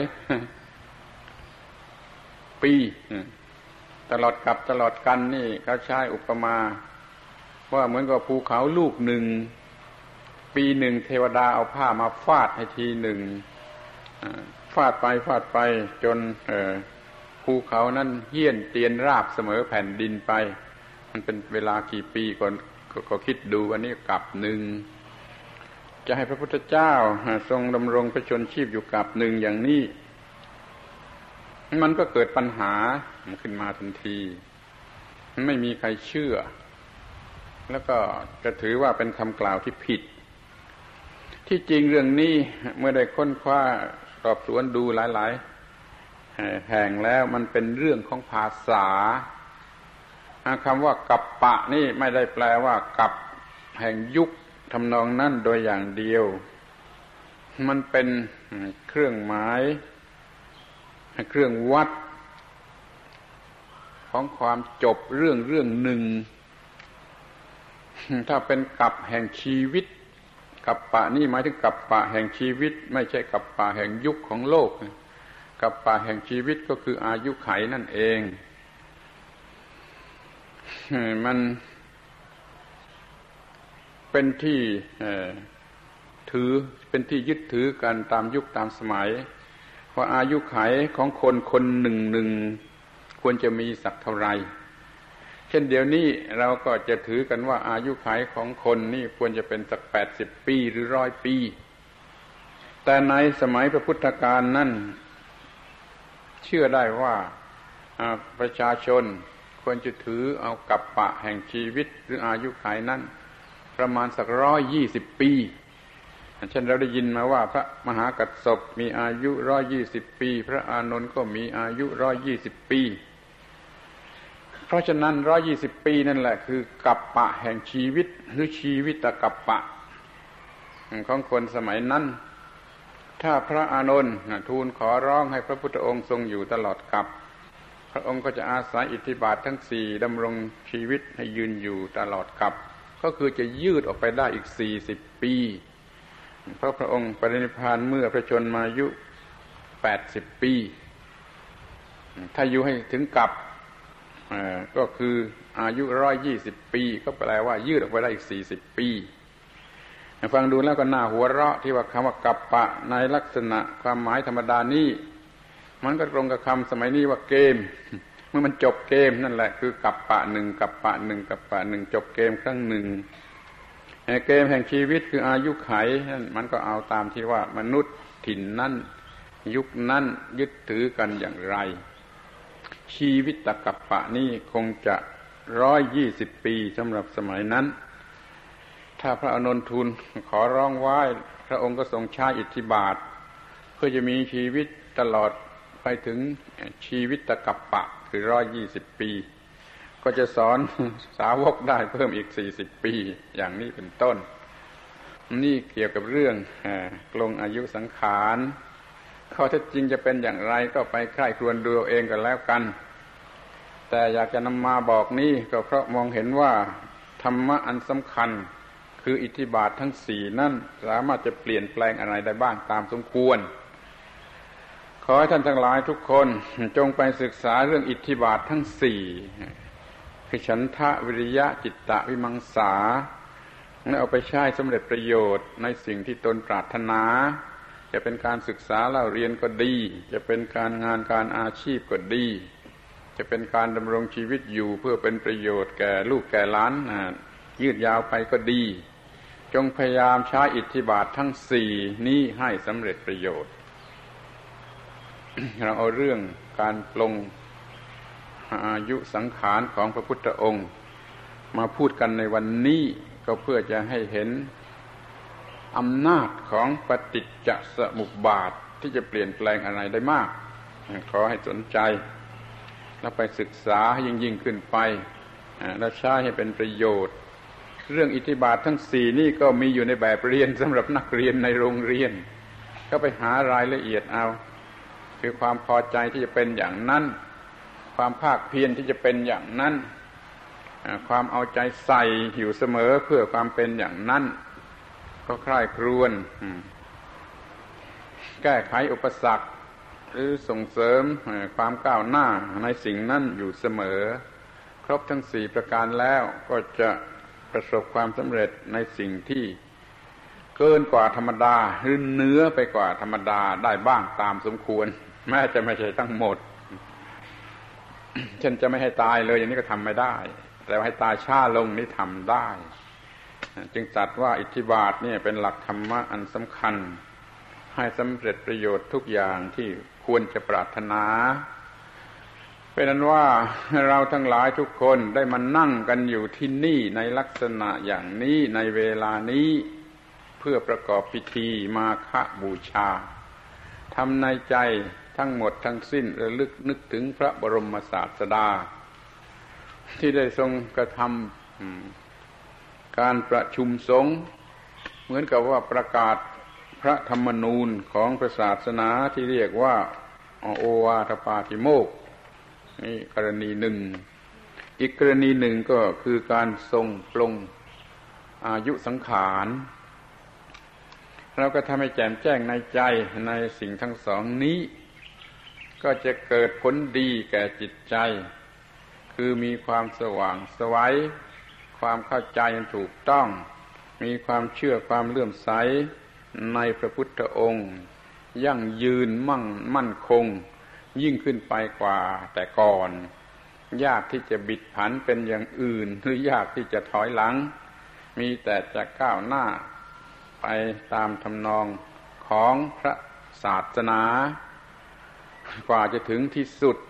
ปีตลอดกับตลอดกันนี่เขาใช้อุปมาว่าเหมือนกับภูเขาลูกหนึ่งปีหนึ่งเทวดาเอาผ้ามาฟาดให้ทีหนึ่งฟาดไปฟาดไปจนภูเขานั้นเหี้ยนเตียนราบเสมอแผ่นดินไปมันเป็นเวลากี่ปีก่อนก็คิดดูวันนี้กับหนึ่งจะให้พระพุทธเจ้าทรงดำรงพระชนชีพอยู่กับหนึ่งอย่างนี้มันก็เกิดปัญหาขึ้นมาทันทีไม่มีใครเชื่อแล้วก็จะถือว่าเป็นคำกล่าวที่ผิดที่จริงเรื่องนี้เมื่อได้ค้นคว้าสอบสวนดูหลายๆแห่งแล้วมันเป็นเรื่องของภาษาคำว่ากัปปะนี่ไม่ได้แปลว่ากับแห่งยุคทำนองนั้นโดยอย่างเดียวมันเป็นเครื่องหมายเครื่องวัดของความจบเรื่องเรื่องหนึ่งถ้าเป็นกัปแห่งชีวิตกัปปะนี่หมายถึงกัปปะแห่งชีวิตไม่ใช่กัปปะแห่งยุคของโลกกัปปะแห่งชีวิตก็คืออายุไขนั่นเองมันเป็นที่ถือเป็นที่ยึดถือกันตามยุคตามสมัยว่าอายุไขของคนคนหนึ่งหนึ่งควรจะมีสักเท่าไรเช่นเดี๋ยวนี้เราก็จะถือกันว่าอายุไขของคนนี่ควรจะเป็นสักแปดสิบปีหรือร้อยปีแต่ในสมัยพระพุทธกาลนั้นเชื่อได้ว่าประชาชนควรจะถือเอากัปปะแห่งชีวิตหรืออายุขัยนั้นประมาณสักร้อยยี่สิบปีเช่นเราได้ยินมาว่าพระมหากัสสปมีอายุร้อยยี่สิบปีพระอานนท์ก็มีอายุร้อยยี่สิบปีเพราะฉะนั้นร้อยยี่สิบปีนั่นแหละคือกัปปะแห่งชีวิตหรือชีวิตกัปปะของคนสมัยนั้นถ้าพระอานนท์ทูลขอร้องให้พระพุทธองค์ทรงอยู่ตลอดกาลพระองค์ก็จะอาศัยอิทธิบาททั้งสี่ดำรงชีวิตให้ยืนอยู่ตลอดกาลก็คือจะยืดออกไปได้อีกสี่สิบปีเพราะพระองค์ปรินิพพานเมื่อพระชนมายุแปดสิบปีถ้าอยู่ให้ถึงกาลก็คืออายุร้อยยี่สิบปีก็แปลว่ายืดออกไปได้อีกสี่สิบปีฟังดูแล้วก็น่าหัวเราะที่ว่าคำว่ากัปปะในลักษณะความหมายธรรมดานี้มันก็ตรงกับคำสมัยนี้ว่าเกมเมื่อมันจบเกมนั่นแหละคือกัปปะหนึ่งกัปปะหนึ่งกัปปะหนึ่งจบเกมครั้งหนึ่งเกมแห่งชีวิตคืออายุไขนั่นมันก็เอาตามที่ว่ามนุษย์ถิ่นนั้นยุคนั้นยึดถือกันอย่างไรชีวิตกัปปะนี่คงจะร้อยยี่สิบปีสำหรับสมัยนั้นถ้าพระอานนท์ทูลขอร้องไหว้พระองค์ก็ทรงใช้อิทธิบาทเพื่อจะมีชีวิตตลอดไปถึงชีวิตกัปปะคือร้อยยี่สิบปีก็จะสอนสาวกได้เพิ่มอีกสี่สิบปีอย่างนี้เป็นต้นนี่เกี่ยวกับเรื่องกลงอายุสังขารข้อเท็จจริงจะเป็นอย่างไรก็ไปใคร่ครวญดูเอาเองกันแล้วกันแต่อยากจะนำมาบอกนี้ก็เพราะมองเห็นว่าธรรมะอันสำคัญคืออิทธิบาททั้งสี่นั่นสามารถจะเปลี่ยนแปลงอะไรได้บ้างตามสมควรขอให้ท่านทั้งหลายทุกคนจงไปศึกษาเรื่องอิทธิบาททั้งสี่คือฉันทะวิริยะจิตตะวิมังสาแล้วเอาไปใช้สำเร็จประโยชน์ในสิ่งที่ตนปรารถนาจะเป็นการศึกษาเล่าเรียนก็ดีจะเป็นการงานการอาชีพก็ดีจะเป็นการดำรงชีวิตอยู่เพื่อเป็นประโยชน์แก่ลูกแก่หลานยืดยาวไปก็ดีจงพยายามใช้อิทธิบาททั้งสี่นี้ให้สำเร็จประโยชน์ เราเอาเรื่องการปลงอายุสังขารของพระพุทธองค์มาพูดกันในวันนี้ก็เพื่อจะให้เห็นอำนาจของปฏิจจสมุปบาทที่จะเปลี่ยนแปลงอะไรได้มากขอให้สนใจแล้วไปศึกษายิ่งยิ่งขึ้นไปแล้วใช้ให้เป็นประโยชน์เรื่องอิทธิบาททั้งสี่นี่ก็มีอยู่ในแบบเรียนสำหรับนักเรียนในโรงเรียนก็ไปหารายละเอียดเอาคือความพอใจที่จะเป็นอย่างนั้นความภาคเพียรที่จะเป็นอย่างนั้นความเอาใจใส่อยู่เสมอเพื่อความเป็นอย่างนั้นก็ใคร่ครวญแก้ไขอุปสรรคหรือส่งเสริมความก้าวหน้าในสิ่งนั้นอยู่เสมอครบทั้งสี่ประการแล้วก็จะประสบความสำเร็จในสิ่งที่เกินกว่าธรรมดาหรือเหนือไปกว่าธรรมดาได้บ้างตามสมควรแม้จะไม่ใช่ทั้งหมดเช่นจะไม่ให้ตายเลยอย่างนี้ก็ทำไม่ได้แต่ให้ตายช้าลงนี่ทำได้จึงตรัสว่าอิทธิบาทนี่เป็นหลักธรรมะอันสำคัญให้สำเร็จประโยชน์ทุกอย่างที่ควรจะปรารถนาเป็นนั้นว่าเราทั้งหลายทุกคนได้มานั่งกันอยู่ที่นี่ในลักษณะอย่างนี้ในเวลานี้เพื่อประกอบพิธีมาฆบูชาทำในใจทั้งหมดทั้งสิ้นระลึกนึกถึงพระบรมศาสดาที่ได้ทรงกระทำการประชุมสงฆ์เหมือนกับว่าประกาศพระธรรมนูญของพระศาสนาที่เรียกว่าโอวาทปาติโมกข์นี่กรณีหนึ่งอีกกรณีหนึ่งก็คือการทรงปลงอายุสังขารเราก็ทำให้แจ่มแจ้งในใจในสิ่งทั้งสองนี้ก็จะเกิดผลดีแก่จิตใจคือมีความสว่างไสวความเข้าใจถูกต้องมีความเชื่อความเลื่อมใสในพระพุทธองค์ยั่งยืนมั่งมั่นคงยิ่งขึ้นไปกว่าแต่ก่อนยากที่จะบิดผันเป็นอย่างอื่นหรือยากที่จะถอยหลังมีแต่จะก้าวหน้าไปตามทำนองของพระศาสนากว่าจะถึงที่สุด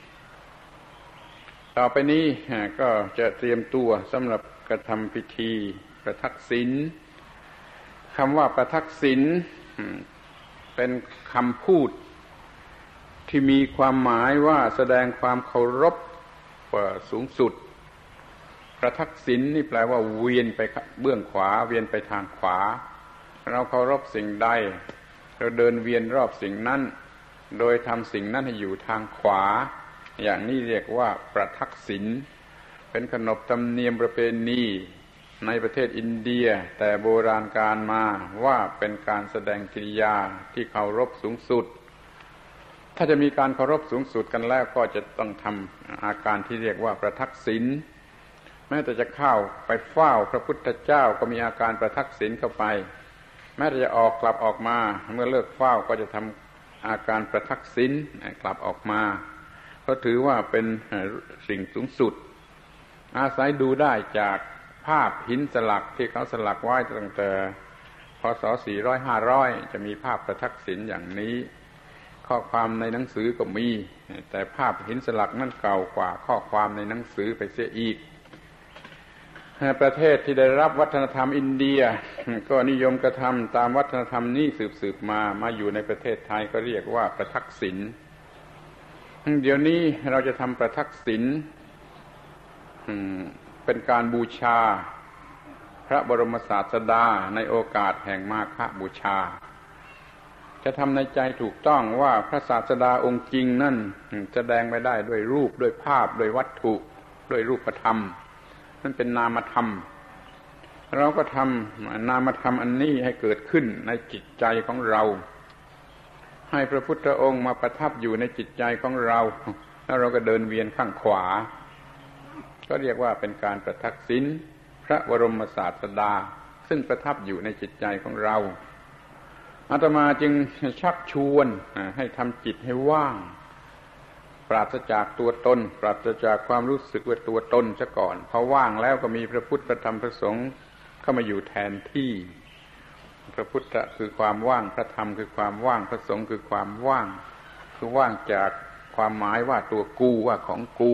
ต่อไปนี้ก็จะเตรียมตัวสำหรับกระทำพิธีประทักษิณคำว่าประทักษิณเป็นคำพูดที่มีความหมายว่าแสดงความเคารพสูงสุดประทักษิณนี่แปลว่าเวียนไปเบื้องขวาเวียนไปทางขวาเราเคารพสิ่งใดเราเดินเวียนรอบสิ่งนั้นโดยทำสิ่งนั้นให้อยู่ทางขวาอย่างนี้เรียกว่าประทักษิณเป็นขนบธรรมเนียมประเพณีในประเทศอินเดียแต่โบราณกาลมาว่าเป็นการแสดงกิริยาที่เคารพสูงสุดถ้าจะมีการเคารพสูงสุดกันแล้วก็จะต้องทำอาการที่เรียกว่าประทักษิณแม้แต่จะเข้าไปเฝ้าพระพุทธเจ้าก็มีอาการประทักษิณเข้าไปแม้แต่จะออกกลับออกมาเมื่อเลิกเฝ้าก็จะทำอาการประทักษิณกลับออกมาเพราะถือว่าเป็นสิ่งสูงสุดอาศัยดูได้จากภาพหินสลักที่เขาสลักไว้ตั้งแต่พ.ศ. สี่ร้อย ห้าร้อยจะมีภาพประทักษิณอย่างนี้ข้อความในหนังสือก็มีแต่ภาพหินสลักนั่นเก่ากว่าข้อความในหนังสือไปเสียอีกประเทศที่ได้รับวัฒนธรรมอินเดียก็นิยมกระทำตามวัฒนธรรมนี้สืบๆมามาอยู่ในประเทศไทยก็เรียกว่าประทักษิณเดี๋ยวนี้เราจะทำประทักษิณเป็นการบูชาพระบรมศาสดาในโอกาสแห่งมาฆบูชาจะทำในใจถูกต้องว่าพระศาสดาองค์จริงนั่นแสดงไม่ได้ด้วยรูปด้วยภาพด้วยวัตถุด้วยรูปธรรมนั่นเป็นนามธรรมเราก็ทำนามธรรมอันนี้ให้เกิดขึ้นในจิตใจของเราให้พระพุทธองค์มาประทับอยู่ในจิตใจของเราแล้วเราก็เดินเวียนข้างขวาก็เรียกว่าเป็นการประทักษิณพระบรมศาสดาซึ่งประทับอยู่ในจิตใจของเราอาตมาจึงชักชวนให้ทำจิตให้ว่างปราศจากตัวตนปราศจากความรู้สึกว่าตัวตนซะก่อนพอว่างแล้วก็มีพระพุทธพระธรรมพระสงฆ์เข้ามาอยู่แทนที่พระพุทธคือความว่างพระธรรมคือความว่างพระสงฆ์คือความว่างคือว่างจากความหมายว่าตัวกูว่าของกู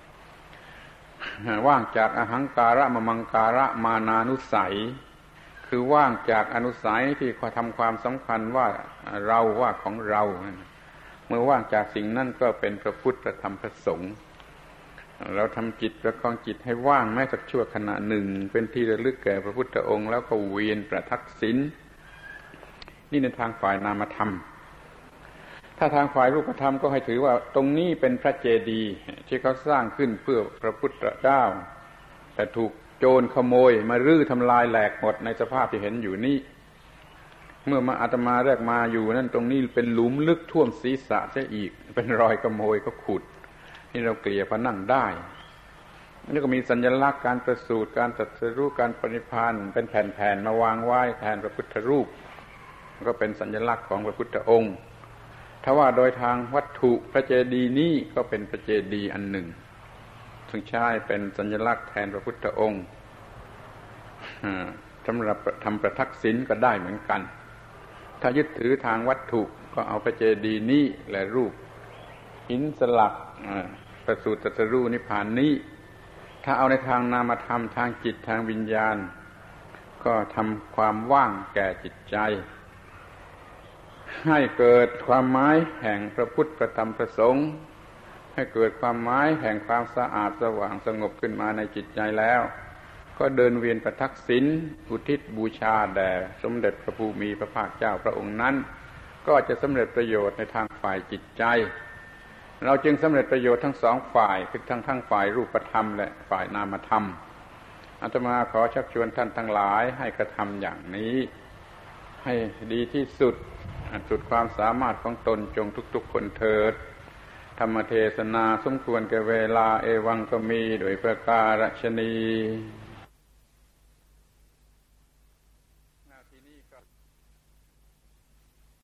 ว่างจากอหังการะมมังการะมานานุสัยคือว่างจากอนุสัยที่ทำความสำคัญว่าเราว่าของเราเมื่อว่างจากสิ่งนั้นก็เป็นพระพุทธพระธรรมพระสงฆ์เราทำจิตประคองจิตให้ว่างแม้สักชั่วขณะหนึ่งเป็นที่ระลึกแก่พระพุทธองค์แล้วก็เวียนประทักษิณนี่ในทางฝ่ายนามธรรมถ้าทางฝ่ายรูปธรรมก็ให้ถือว่าตรงนี้เป็นพระเจดีย์ที่เขาสร้างขึ้นเพื่อพระพุทธเจ้าแต่ถูกโจรขโมยมารื้อทำลายแหลกหมดในสภาพที่เห็นอยู่นี่เมื่อมาอาตมาแรกมาอยู่นั่นตรงนี้เป็นหลุมลึกท่วมศีรษะซะอีกเป็นรอยขโมยก็ขุดนี่เราเกลี่ยพนังได้นี่ก็มีสัญลักษณ์การประสูติการตรัสรู้การปณิพพานเป็นแผ่นๆมาวางไว้แทนพระพุทธรูปก็เป็นสัญลักษณ์ของพระพุทธองค์ถ้าว่าโดยทางวัตถุพระเจดีย์นี้ก็เป็นพระเจดีย์อันหนึ่งซึ่งใช้เป็นสัญลักษณ์แทนพระพุทธองค์สำหรับทำประทักษิณก็ได้เหมือนกันถ้ายึดถือทางวัตถุก็เอาพระเจดีย์นี้และรูปหินสลักประสูติตรัสรู้นิพพานนี้ถ้าเอาในทางนามธรรมทางจิตทางวิญญาณก็ทำความว่างแก่จิตใจให้เกิดความหมายแห่งพระพุทธพระธรรมพระสงฆ์ให้เกิดความหมายแห่งความสะอาดสว่างสงบขึ้นมาในจิตใจแล้วก็เดินเวียนประทักษิณอุทิศบูชาแด่สมเด็จพระผู้มีพระภาคเจ้าพระองค์นั้นก็จะสำเร็จประโยชน์ในทางฝ่ายจิตใจเราจึงสำเร็จประโยชน์ทั้งสองฝ่ายคือทั้งทั้งฝ่ายรูปธรรมและฝ่ายนามธรรมอาตมาขอชักชวนท่านทั้งหลายให้กระทำอย่างนี้ให้ดีที่สุดสุดความสามารถของตนจงทุกๆคนเถิดธรรมเทศนาสมควรแก่เวลาเอวังก็มีโดยประการฉะนี้